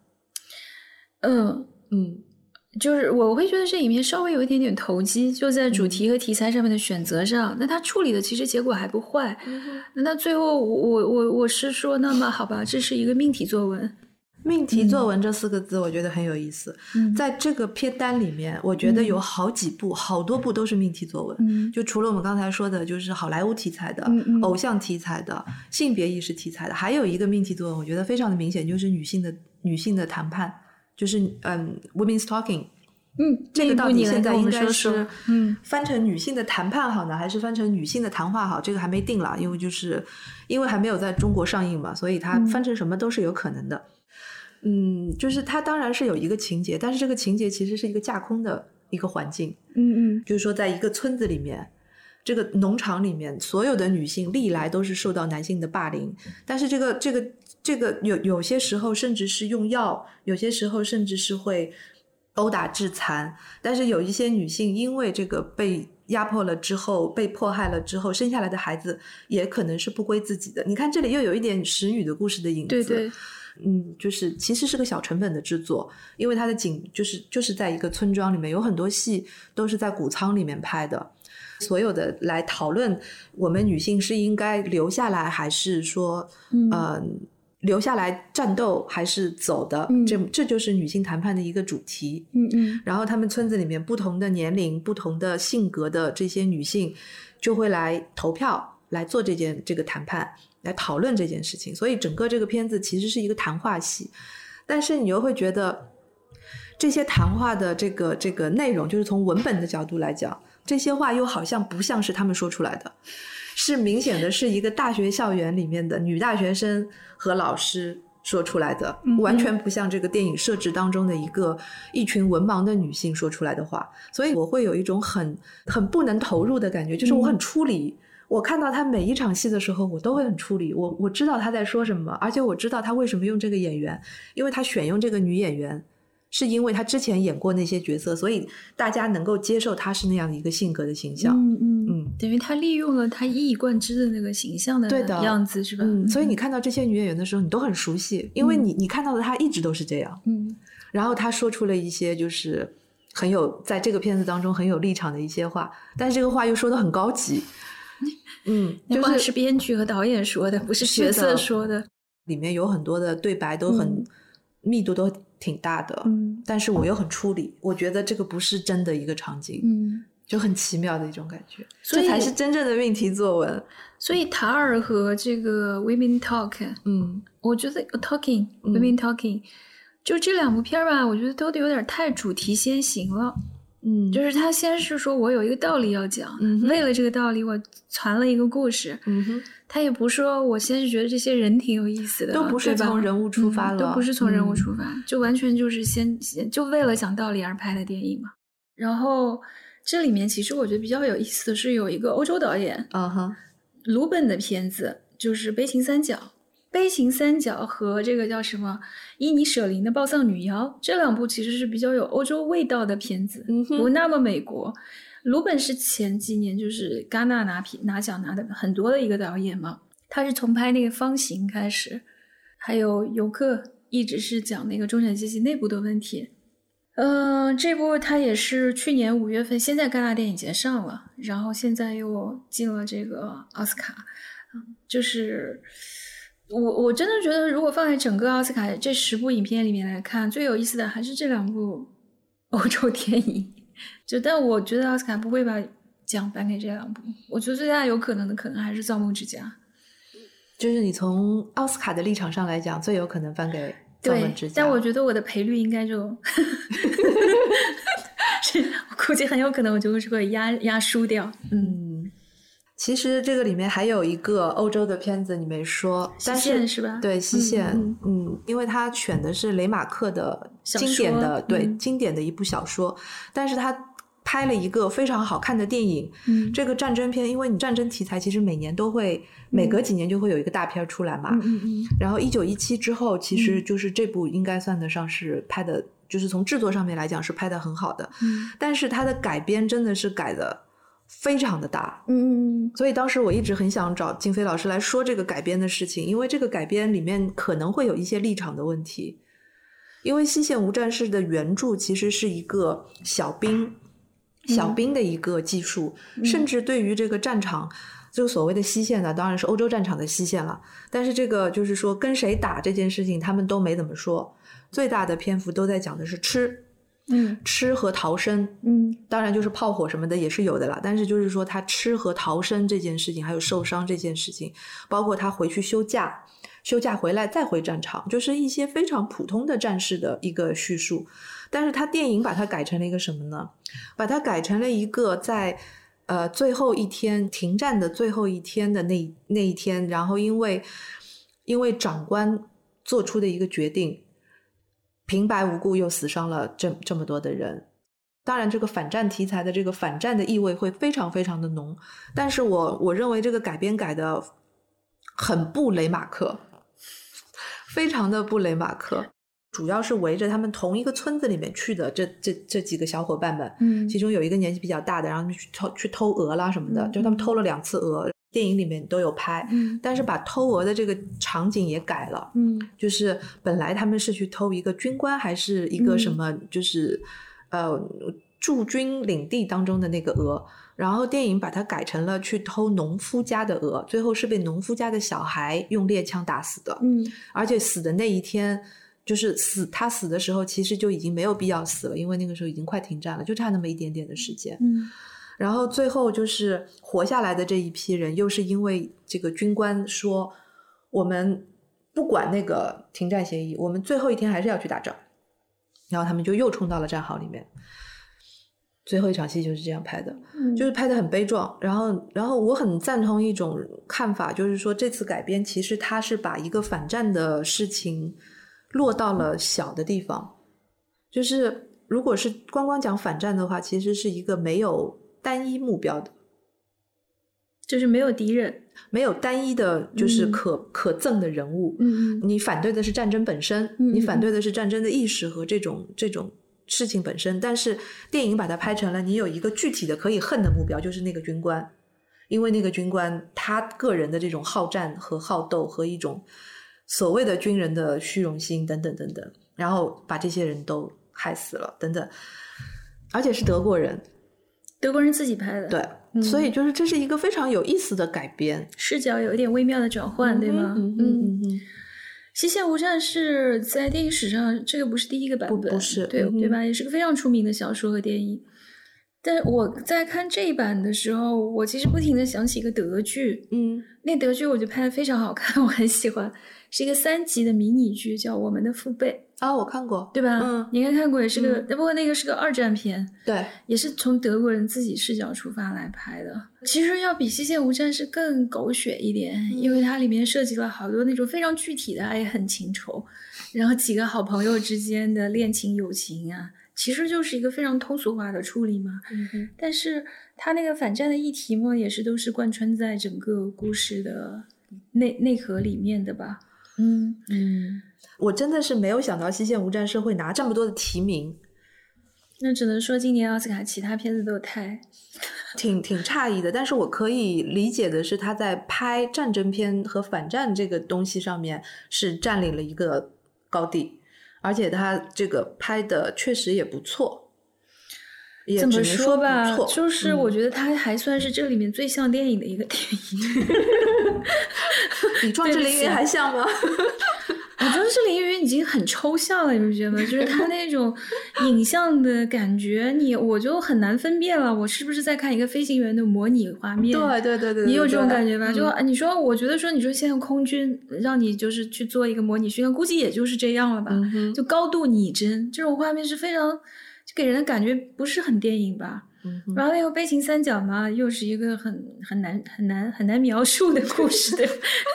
就是我会觉得这影片稍微有一点点投机，就在主题和题材上面的选择上，那他处理的其实结果还不坏。那他最后我是说，那么好吧，这是一个命题作文。 命题作文这4个字我觉得很有意思。在这个片单里面我觉得有好几部好多部都是命题作文。就除了我们刚才说的就是好莱坞题材的、偶像题材的、性别意识题材的，还有一个命题作文我觉得非常的明显，就是女性的谈判，就是women's talking。这个到底现在应该是翻成女性的谈判好呢，还是翻成女性的谈话好？这个还没定了，因为还没有在中国上映嘛，所以它翻成什么都是有可能的。就是它当然是有一个情节，但是这个情节其实是一个架空的一个环境。就是说在一个村子里面，这个农场里面所有的女性历来都是受到男性的霸凌，但是这个有些时候甚至是用药，有些时候甚至是会殴打致残，但是有一些女性因为这个被压迫了之后，被迫害了之后，生下来的孩子也可能是不归自己的。你看这里又有一点使女的故事的影子。 对， 就是其实是个小成本的制作，因为它的景就是在一个村庄里面，有很多戏都是在谷仓里面拍的，所有的来讨论我们女性是应该留下来还是说留下来战斗还是走的，这就是女性谈判的一个主题。然后他们村子里面不同的年龄、不同的性格的这些女性就会来投票来做这个谈判，来讨论这件事情。所以整个这个片子其实是一个谈话戏，但是你又会觉得这些谈话的这个内容，就是从文本的角度来讲，这些话又好像不像是他们说出来的，是明显的是一个大学校园里面的女大学生和老师说出来的，完全不像这个电影设置当中的一群文盲的女性说出来的话。所以我会有一种很不能投入的感觉，就是我很出离。我看到他每一场戏的时候我都会很出离，我知道他在说什么，而且我知道他为什么用这个演员，因为他选用这个女演员是因为他之前演过那些角色，所以大家能够接受他是那样的一个性格的形象。 等于他利用了他一以贯之的那个形象的样子，是吧？ 所以你看到这些女演员的时候你都很熟悉，因为你看到的她一直都是这样。然后她说出了一些就是在这个片子当中很有立场的一些话，但是这个话又说得很高级。 那话是编剧和导演说的，不是角色说的。 里面有很多的对白密度都挺大的，但是我又很出离，我觉得这个不是真的一个场景，就很奇妙的一种感觉，这才是真正的命题作文。 所以塔尔和这个 Women Talk， 我觉得 Talking Women Talking，就这两部片吧，我觉得都有点太主题先行了。就是他先是说我有一个道理要讲，为了这个道理我传了一个故事，他也不说我先是觉得这些人挺有意思的， 都不是从人物出发了， 都不是从人物出发，就完全就是先就为了讲道理而拍的电影嘛。然后这里面其实我觉得比较有意思的是有一个欧洲导演鲁本的片子，就是悲情三角。悲情三角和这个叫什么伊尼舍林的暴丧女妖，这两部其实是比较有欧洲味道的片子，不那么美国。鲁本是前几年就是戛纳拿奖拿的很多的一个导演嘛，他是从拍那个方形开始，还有游客一直是讲那个中产阶级内部的问题。这部他也是去年5月份先在戛纳电影节上了，然后现在又进了这个奥斯卡。就是我真的觉得如果放在整个奥斯卡这10部影片里面来看，最有意思的还是这两部欧洲电影。但我觉得奥斯卡不会把奖颁给这两部，我觉得最大有可能的可能还是造梦之家。 就是你从奥斯卡的立场上来讲，最有可能颁给造梦之家。 但我觉得我的赔率应该就我估计很有可能我就会压输掉。 其实这个里面还有一个欧洲的片子你没说， 西线是吧？ 对，西线，因为他选的是雷马克的经典的经典的一部小说，但是他拍了一个非常好看的电影。这个战争片，因为你战争题材其实每年都会每隔几年就会有一个大片出来嘛。然后1917之后，其实就是这部应该算得上是拍的，就是从制作上面来讲是拍的很好的。但是它的改编真的是改的非常的大，所以当时我一直很想找金飞老师来说这个改编的事情，因为这个改编里面可能会有一些立场的问题。因为西线无战事的原著其实是一个小兵的一个技术，甚至对于这个战场，就所谓的西线呢，当然是欧洲战场的西线了，但是这个就是说跟谁打这件事情他们都没怎么说，最大的篇幅都在讲的是吃和逃生，当然就是炮火什么的也是有的啦，但是就是说他吃和逃生这件事情，还有受伤这件事情，包括他回去休假回来再回战场，就是一些非常普通的战士的一个叙述。但是他电影把它改成了一个什么呢？把它改成了一个在最后一天停战的最后一天的那一天，然后因为长官做出的一个决定，平白无故又死伤了这么多的人。当然这个反战题材的这个反战的意味会非常非常的浓，但是我认为这个改编改的很不雷马克，非常的不雷马克。主要是围着他们同一个村子里面去的这几个小伙伴们，其中有一个年纪比较大的，然后去偷鹅啦什么的，就他们偷了2次鹅，电影里面都有拍，但是把偷鹅的这个场景也改了，就是本来他们是去偷一个军官还是一个什么，就是驻军领地当中的那个鹅，然后电影把它改成了去偷农夫家的鹅，最后是被农夫家的小孩用猎枪打死的，而且死的那一天就是他死的时候其实就已经没有必要死了，因为那个时候已经快停战了，就差那么一点点的时间。然后最后就是活下来的这一批人，又是因为这个军官说我们不管那个停战协议，我们最后一天还是要去打仗，然后他们就又冲到了战壕里面。最后一场戏就是这样拍的，就是拍得很悲壮。然后我很赞同一种看法，就是说这次改编其实他是把一个反战的事情落到了小的地方，就是如果是光光讲反战的话，其实是一个没有单一目标的， 就是没有敌人， 没有单一的就是可憎的人物。你反对的是战争本身，你反对的是战争的意识和这种事情本身，但是电影把它拍成了你有一个具体的可以恨的目标，就是那个军官，因为那个军官他个人的这种好战和好斗和一种所谓的军人的虚荣心等等等等，然后把这些人都害死了等等，而且是德国人自己拍的，对，所以就是这是一个非常有意思的改编， 视角有一点微妙的转换，对吗？ 西线无战事在电影史上这个不是第一个版本， 不是， 对对吧？也是个非常出名的小说和电影。但我在看这一版的时候，我其实不停的想起一个德剧，那德剧我觉得拍的非常好看，我很喜欢，是一个3集的迷你剧，叫《我们的父辈》 啊，我看过， 对吧？你应该看过，也是个，不过那个是个2战片， 对， 也是从德国人自己视角出发来拍的。其实要比《西线无战事》更狗血一点，因为它里面涉及了好多那种非常具体的爱恨情仇，然后几个好朋友之间的恋情友情啊。其实就是一个非常通俗化的处理嘛，但是他那个反战的议题嘛，也是都是贯穿在整个故事的内核里面的吧。 我真的是没有想到《西线无战事》会拿这么多的提名， 那只能说今年奥斯卡其他片子都挺诧异的。但是我可以理解的是，他在拍战争片和反战这个东西上面是占领了一个高地。而且他这个拍的确实也不错，也怎么说吧， 不错， 就是我觉得他还算是这里面最像电影的一个电影。 比《壮志凌云》还像吗？ 我觉得这凌云已经很抽象了，你不觉得吗？就是他那种影像的感觉，我就很难分辨了，我是不是在看一个飞行员的模拟画面？ 对， 你有这种感觉吧？就你说，我觉得说，你说现在空军让你就是去做一个模拟训练，估计也就是这样了吧？就高度拟真，这种画面是非常就给人的感觉不是很电影吧？然后那个悲情三角嘛，又是一个很难描述的故事的。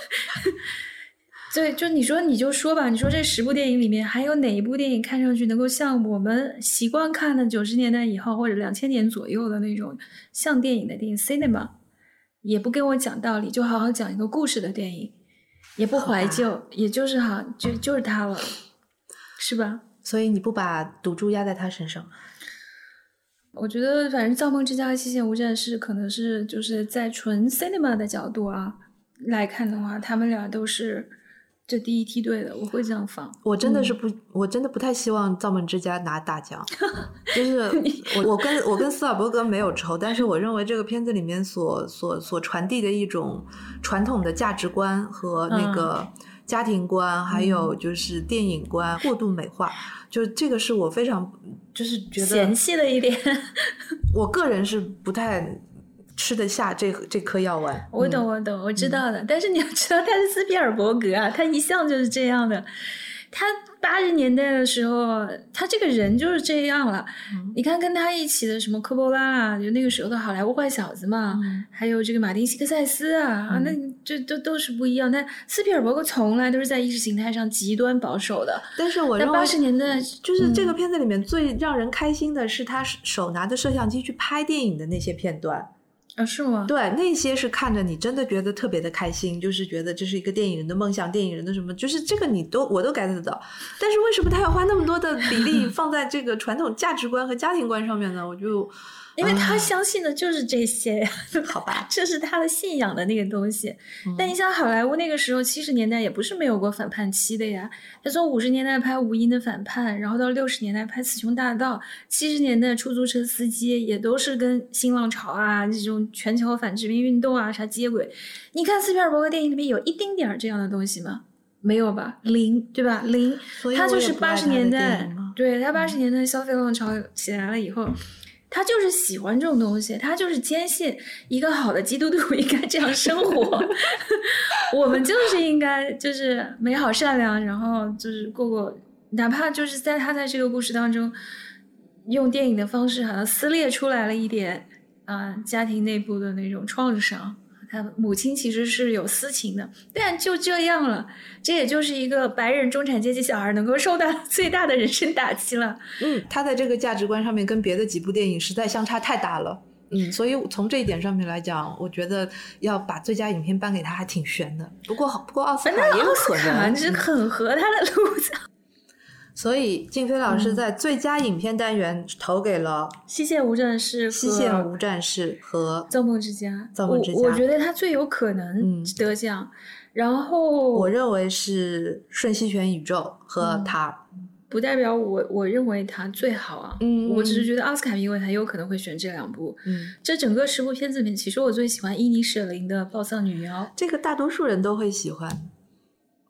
对，就你就说吧，你说这10部电影里面还有哪一部电影看上去能够像我们习惯看的90年代以后或者2000年左右的那种像电影的电影 cinema， 也不跟我讲道理，就好好讲一个故事的电影，也不怀旧，也就是就是它了，是吧？ 所以你不把赌注压在他身上？ 我觉得反正《造梦之家》和《西线无战事》可能是就是在纯 cinema 的角度啊来看的话，他们俩都是这第一梯队的，我会这样放。 我真的是我真的不太希望《造梦之家》拿大奖，就是我跟斯瓦伯格没有仇，但是我认为这个片子里面所传递的一种传统的价值观和那个家庭观，还有就是电影观过度美化，就这个是我非常就是觉得嫌弃的一点。 我个人是不太吃得下这颗药丸。 我懂，我知道的。但是你要知道，他是斯皮尔伯格啊，他一向就是这样的。他80年代的时候，他这个人就是这样了。你看跟他一起的什么科波拉，就那个时候的好莱坞坏小子嘛，还有这个马丁西克塞斯啊，那这都是不一样。但斯皮尔伯格从来都是在意识形态上极端保守的。 但是我认为 80年代就是这个片子里面最让人开心的是他手拿着摄像机去拍电影的那些片段。 啊，是吗？ 对，那些是看着你真的觉得特别的开心，就是觉得这是一个电影人的梦想，电影人的什么，就是这个我都 get 得到。但是为什么他要花那么多的比例放在这个传统价值观和家庭观上面呢？我就因为他相信的就是这些呀， 好吧， 这是他的信仰的那个东西。但你想，好莱坞那个时候70年代也不是没有过反叛期的呀。他从50年代拍《无音的反叛》，然后到60年代拍《雌雄大盗》，70年代出租车司机也都是跟新浪潮啊这种全球反殖民运动啊啥接轨。你看斯皮尔伯格电影里面有一丁点这样的东西吗？没有吧，0，对吧？0，他就是80年代，对，他80年代消费浪潮起来了以后。他就是喜欢这种东西，他就是坚信一个好的基督徒应该这样生活。我们就是应该就是美好善良，然后就是过哪怕就是他在这个故事当中用电影的方式好像撕裂出来了一点家庭内部的那种创伤。他母亲其实是有私情的，但就这样了，这也就是一个白人中产阶级小孩能够受到最大的人生打击了。 他在这个价值观上面跟别的几部电影实在相差太大了。所以从这一点上面来讲，我觉得要把最佳影片颁给他还挺悬的。不过奥斯卡也有可能， 就是很合他的路子。 所以静飞老师在最佳影片单元投给了 《西线无战事》 和造梦之家。 我觉得他最有可能得奖。然后我认为是瞬息全宇宙和他。 不代表我认为他最好啊。我只是觉得奥斯卡评委很有可能会选这2部。这整个10部片子里面，其实我最喜欢伊尼舍林的《暴丧女妖》。 这个大多数人都会喜欢。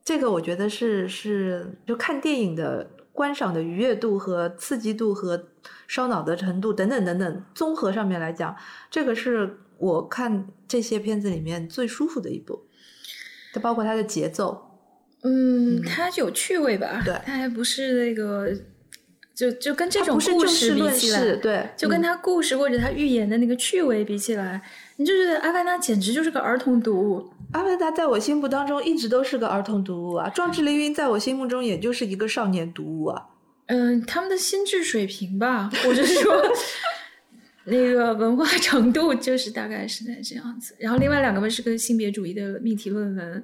这个我觉得是就看电影的观赏的愉悦度和刺激度和烧脑的程度等等等等综合上面来讲，这个是我看这些片子里面最舒服的一部，它包括它的节奏， 它有趣味吧， 对， 它还不是那个就跟这种故事比起来， 对， 就跟它故事或者它预言的那个趣味比起来，你就觉得《阿凡达》简直就是个儿童读物。 阿凡达在我心目当中一直都是个儿童读物啊，壮志凌云在我心目中也就是一个少年读物啊。 他们的心智水平吧，或者说那个文化程度，就是大概是在这样子。然后另外2个是个性别主义的命题论文。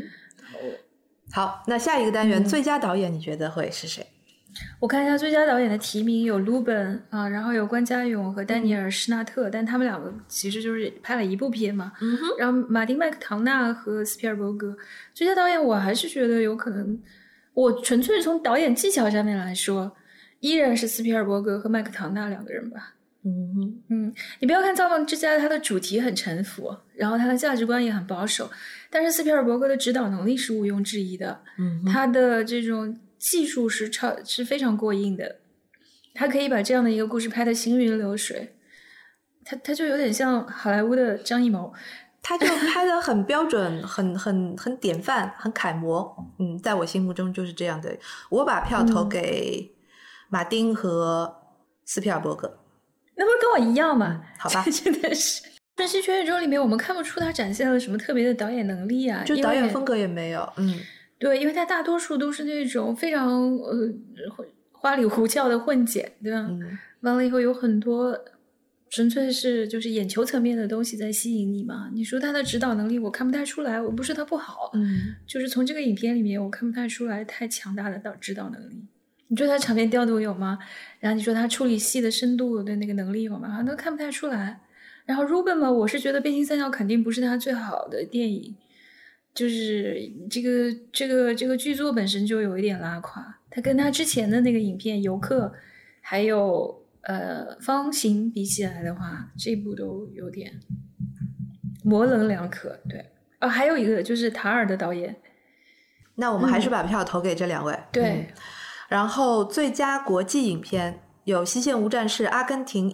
好，那下一个单元，最佳导演你觉得会是谁？ 我看一下最佳导演的提名有鲁本啊，然后有关家勇和丹尼尔·施纳特，但他们2个其实就是拍了一部片嘛。然后马丁·麦克唐纳和斯皮尔伯格。最佳导演我还是觉得有可能，我纯粹从导演技巧上面来说，依然是斯皮尔伯格和麦克唐纳2个人吧。你不要看《造梦之家》，它的主题很沉浮，然后它的价值观也很保守，但是斯皮尔伯格的指导能力是毋庸置疑的，他的这种技术是非常过硬的，他可以把这样的一个故事拍得行云流水，他就有点像好莱坞的张艺谋， 他就拍得很标准，很典范，很楷模。在我心目中就是这样的。我把票投给马丁和斯皮尔伯格。 那不是跟我一样吗？ 好吧， 真的是。瞬息全宇宙里面，我们看不出他展现了什么特别的导演能力啊， 就导演风格也没有。 对，因为他大多数都是那种非常花里胡哨的混剪，对吧？完了以后有很多纯粹是就是眼球层面的东西在吸引你嘛。你说他的指导能力，我看不太出来。我不是他不好，就是从这个影片里面我看不太出来太强大的指导能力。你说他场面调度有吗？然后你说他处理戏的深度的那个能力有吗？都看不太出来。然后 Ruben 嘛，我是觉得《变形三角》肯定不是他最好的电影，就是这个剧作本身就有一点拉垮。他跟他之前的那个影片《游客》还有方形比起来的话，这部都有点模棱两可。对，还有一个就是塔尔的导演。 那我们还是把票投给这2位。 对。 然后最佳国际影片有《西线无战事》、阿根廷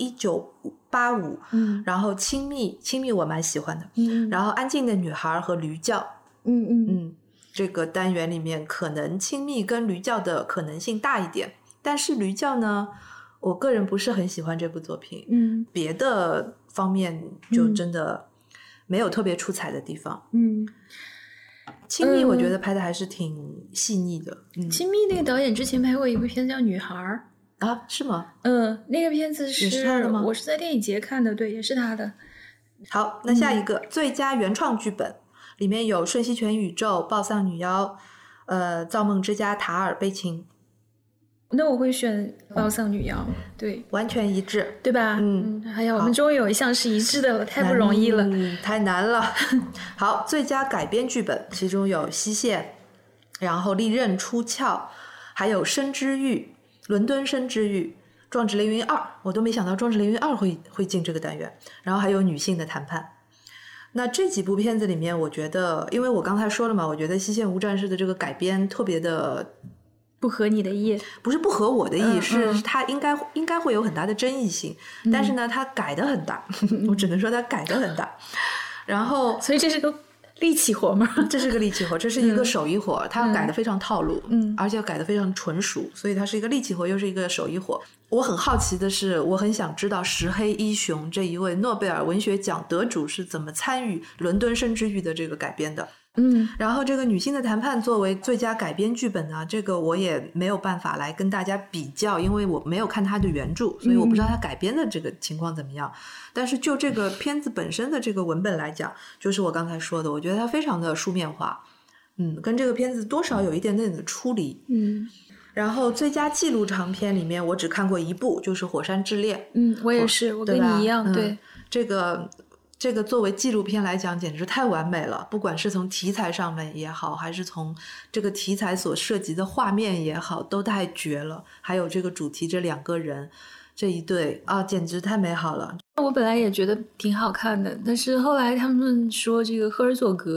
1985，然后亲密我蛮喜欢的，然后安静的女孩和驴叫，这个单元里面可能亲密跟驴叫的可能性大一点，但是驴叫呢，我个人不是很喜欢这部作品，别的方面就真的没有特别出彩的地方，亲密我觉得拍的还是挺细腻的。 亲密那个导演之前拍过一部片叫《女孩》 啊，是吗？ 那个片子也是他的吗？ 我是在电影节看的，对，也是他的。 好，那下一个、最佳原创剧本里面有《瞬息全宇宙》、《暴丧女妖》、造梦之家》、塔尔悲情。 那我会选暴丧女妖，对， 完全一致， 对吧？哎呀，我们终于有一项是一致的了，太不容易了， 太难了。好，最佳改编剧本其中有《西线》，然后《利刃出鞘》，还有《生之欲》、《伦敦生之欲》、《壮志凌云2》，我都没想到《壮志凌云2》会进这个单元，然后还有《女性的谈判》。那这几部片子里面，我觉得，因为我刚才说了嘛，我觉得《西线无战事》的这个改编特别的。 不合你的意， 不是不合我的意，是它应该会有很大的争议性，但是呢，它改得很大，我只能说它改得很大。然后， 所以这是个力气活吗？ 这是个力气活，这是一个手艺活，它改得非常套路，而且改得非常纯熟，所以它是一个力气活，又是一个手艺活。我很好奇的是，我很想知道石黑一雄这一位诺贝尔文学奖得主是怎么参与《伦敦生之欲》的这个改编的。然后这个女性的谈判作为最佳改编剧本呢，这个我也没有办法来跟大家比较，因为我没有看它的原著，所以我不知道它改编的这个情况怎么样。但是就这个片子本身的这个文本来讲，就是我刚才说的，我觉得它非常的书面化，跟这个片子多少有一点点的出离。然后最佳纪录长片里面，我只看过一部，就是《火山之恋》。 我也是，我跟你一样，对这个作为纪录片来讲简直太完美了，不管是从题材上面也好，还是从这个题材所涉及的画面也好，都太绝了。还有这个主题，这2个人这一对啊，简直太美好了。 我本来也觉得挺好看的，但是后来他们说这个赫尔佐格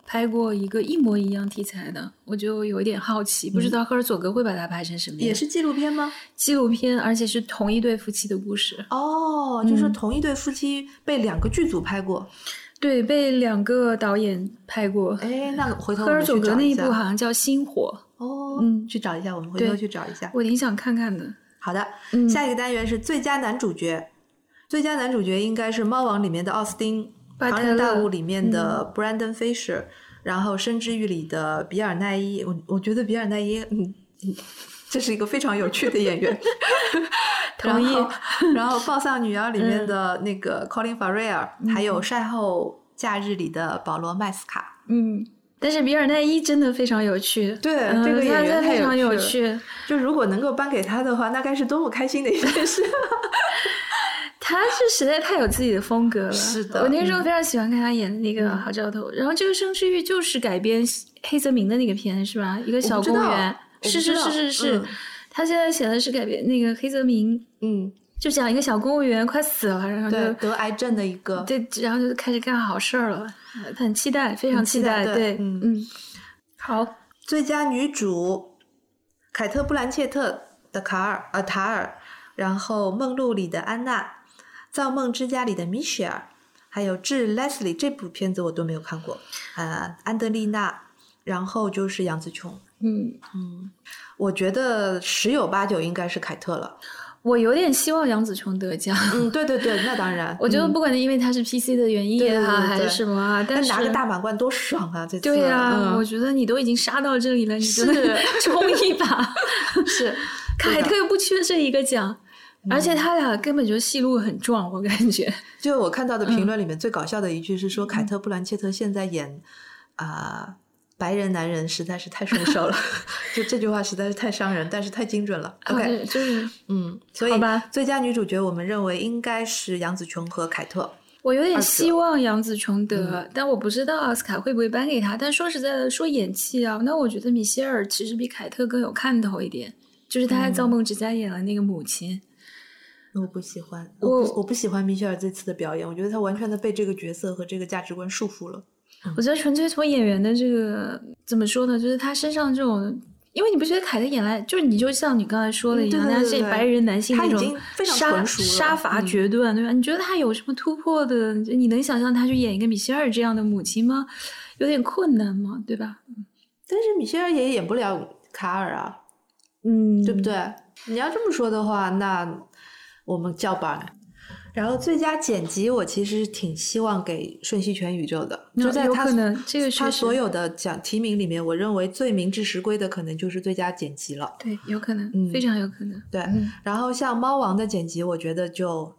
拍过一个一模一样题材的，我就有一点好奇，不知道赫尔佐格会把它拍成什么样。 也是纪录片吗？ 纪录片，而且是同一对夫妻的故事。 哦，就是同一对夫妻被2个剧组拍过。 对，被2个导演拍过。 哎，那回头赫尔我们去找一下。 佐格那一部好像叫《星火》。 哦，去找一下，我们回头去找一下。 我挺想看看的。 好的，下一个单元是最佳男主角。最佳男主角应该是《猫王》里面的奥斯汀，《庞然大物》里面的 Brendan Fraser，然后《生之欲》里的比尔奈伊。我觉得比尔奈伊，这是一个非常有趣的演员。 同意。 然后《暴丧女妖》里面的那个 Colin Farrell，还有《晒后假日》里的保罗麦斯卡。 但是比尔奈伊真的非常有趣。 对，这个演员非常有趣。 就如果能够颁给他的话，那该是多么开心的一件事。 他是实在太有自己的风格了。 是的， 我那个时候非常喜欢看他演的那个好兆头。然后这个《生之欲》就是改编黑泽明的那个片是吧？一个小公园。是。他现在写的是改编那个黑泽明，就讲一个小公务员快死了，然后就得癌症的一个， 对，然后就开始干好事了，很期待，非常期待，对，好， 最佳女主，凯特·布兰切特的塔尔，然后《梦露》里的安娜，《造梦之家》里的米歇尔，还有《致 Leslie》这部片子我都没有看过，安德丽娜，然后就是杨紫琼。我觉得10有8九应该是凯特了。 我有点希望杨紫琼得奖。 对，那当然。 我觉得不管因为她是 PC 的原因也好，还是什么啊，但是拿个大满贯多爽啊！这次对啊，我觉得你都已经杀到这里了，你就冲一把。 是， 凯特又不缺这一个奖，而且他俩根本就戏路很壮，我感觉。 就我看到的评论里面最搞笑的一句是说，凯特·布兰切特现在演白人男人实在是太顺手了。就这句话实在是太伤人，但是太精准了。OK， 就是所以最佳女主角我们认为应该是杨紫琼和凯特。 我有点希望杨紫琼得，但我不知道奥斯卡会不会颁给她。但说实在的，说演技啊，那我觉得米歇尔其实比凯特更有看头一点，就是她在《造梦之家》演了那个母亲。 我不喜欢，我不喜欢米歇尔这次的表演，我觉得她完全的被这个角色和这个价值观束缚了。 我觉得纯粹从演员的这个怎么说呢，就是他身上这种，因为你不觉得凯特演来就是你就像你刚才说的一样，他是白人男性那种杀伐决断，对吧？你觉得他有什么突破的？你能想象他去演一个米歇尔这样的母亲吗？有点困难嘛，对吧？ 但是米歇尔也演不了卡尔啊，对不对？你要这么说的话，那我们叫板。然后最佳剪辑我其实挺希望给瞬息全宇宙的，就在他所有的奖提名里面，我认为最名至实归的可能就是最佳剪辑了。 对，有可能，非常有可能。 对，然后像猫王的剪辑我觉得就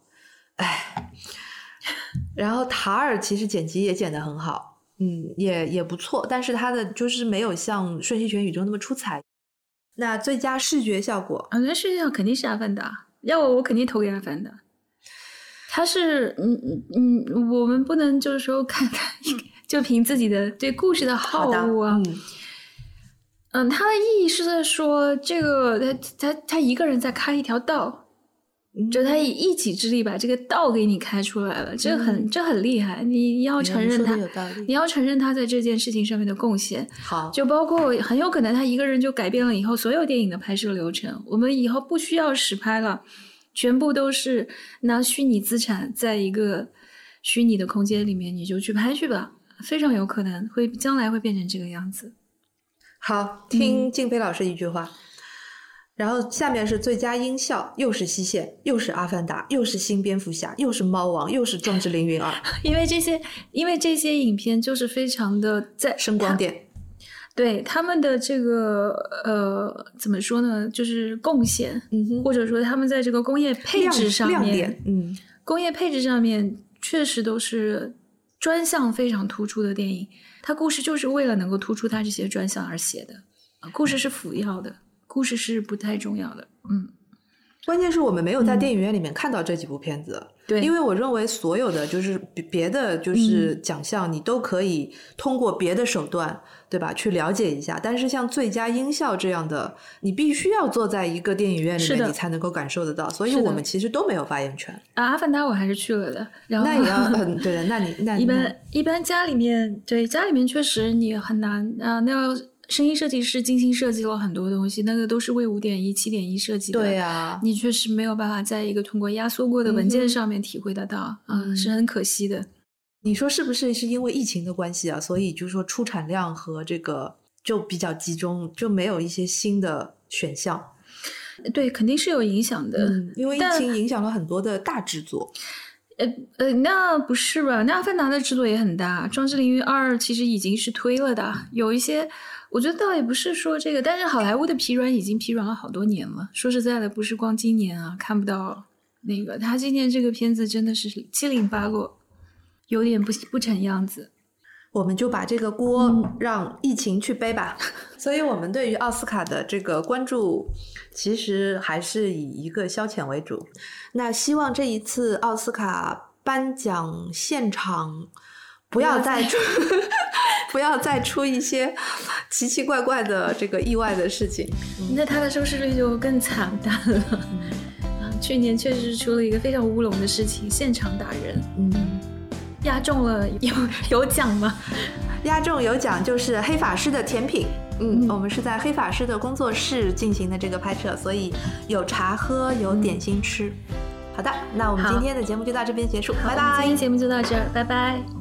然后塔尔其实剪辑也剪得很好，也不错，但是他的就是没有像瞬息全宇宙那么出彩。那最佳视觉效果那视觉效果肯定是阿凡达，要我肯定投给阿凡达。他是我们不能就是说看就凭自己的对故事的好恶啊。他的意义是在说这个他一个人在开一条道，就他以一己之力把这个道给你开出来了，这很厉害。你要承认他，你要承认他在这件事情上面的贡献。 好， 就包括很有可能他一个人就改变了以后所有电影的拍摄流程，我们以后不需要实拍了。全部都是拿虚拟资产在一个虚拟的空间里面，你就去拍去吧，非常有可能将来会变成这个样子。 好，听静飞老师一句话。然后下面是最佳音效，又是西线，又是阿凡达，又是新蝙蝠侠，又是猫王，又是壮志凌云2。 因为这些影片就是非常的在声光电。 对他们的这个怎么说呢，就是贡献，或者说他们在这个工业配置上面，工业配置上面确实都是专项非常突出的电影。它故事就是为了能够突出它这些专项而写的，故事是辅要的，故事是不太重要的。 关键是我们没有在电影院里面看到这几部片子。 对， 因为我认为所有的就是别的就是奖项你都可以通过别的手段，对吧，去了解一下，但是像最佳音效这样的你必须要坐在一个电影院里面你才能够感受得到，所以我们其实都没有发言权阿凡达我还是去了的，然后那也要对的，那一般家里面确实你很难那要声音设计师精心设计了很多东西，那个都是为5.1 7.1设计的， 对啊， 你确实没有办法在一个通过压缩过的文件上面体会得到是很可惜的。 你说是不是因为疫情的关系啊，所以就是说出产量和这个就比较集中，就没有一些新的选项？ 对，肯定是有影响的， 因为疫情影响了很多的大制作。 那不是吧？那阿凡达的制作也很大，壮志凌云2其实已经是推了的，有一些我觉得倒也不是说这个，但是好莱坞的疲软已经疲软了好多年了，说实在的不是光今年啊看不到那个，他今年这个片子真的是七零八落，有点不成样子。 我们就把这个锅让疫情去背吧。所以我们对于奥斯卡的这个关注其实还是以一个消遣为主。那希望这一次奥斯卡颁奖现场不要再出一些奇奇怪怪的这个意外的事情。 那它的收视率就更惨淡了。去年确实是出了一个非常乌龙的事情，现场打人。压中了有奖吗？ 压中有奖，就是黑法师的甜品。我们是在黑法师的工作室进行的这个拍摄，所以有茶喝，有点心吃。好的，那我们今天的节目就到这边结束，拜拜。 今天节目就到这儿，拜拜。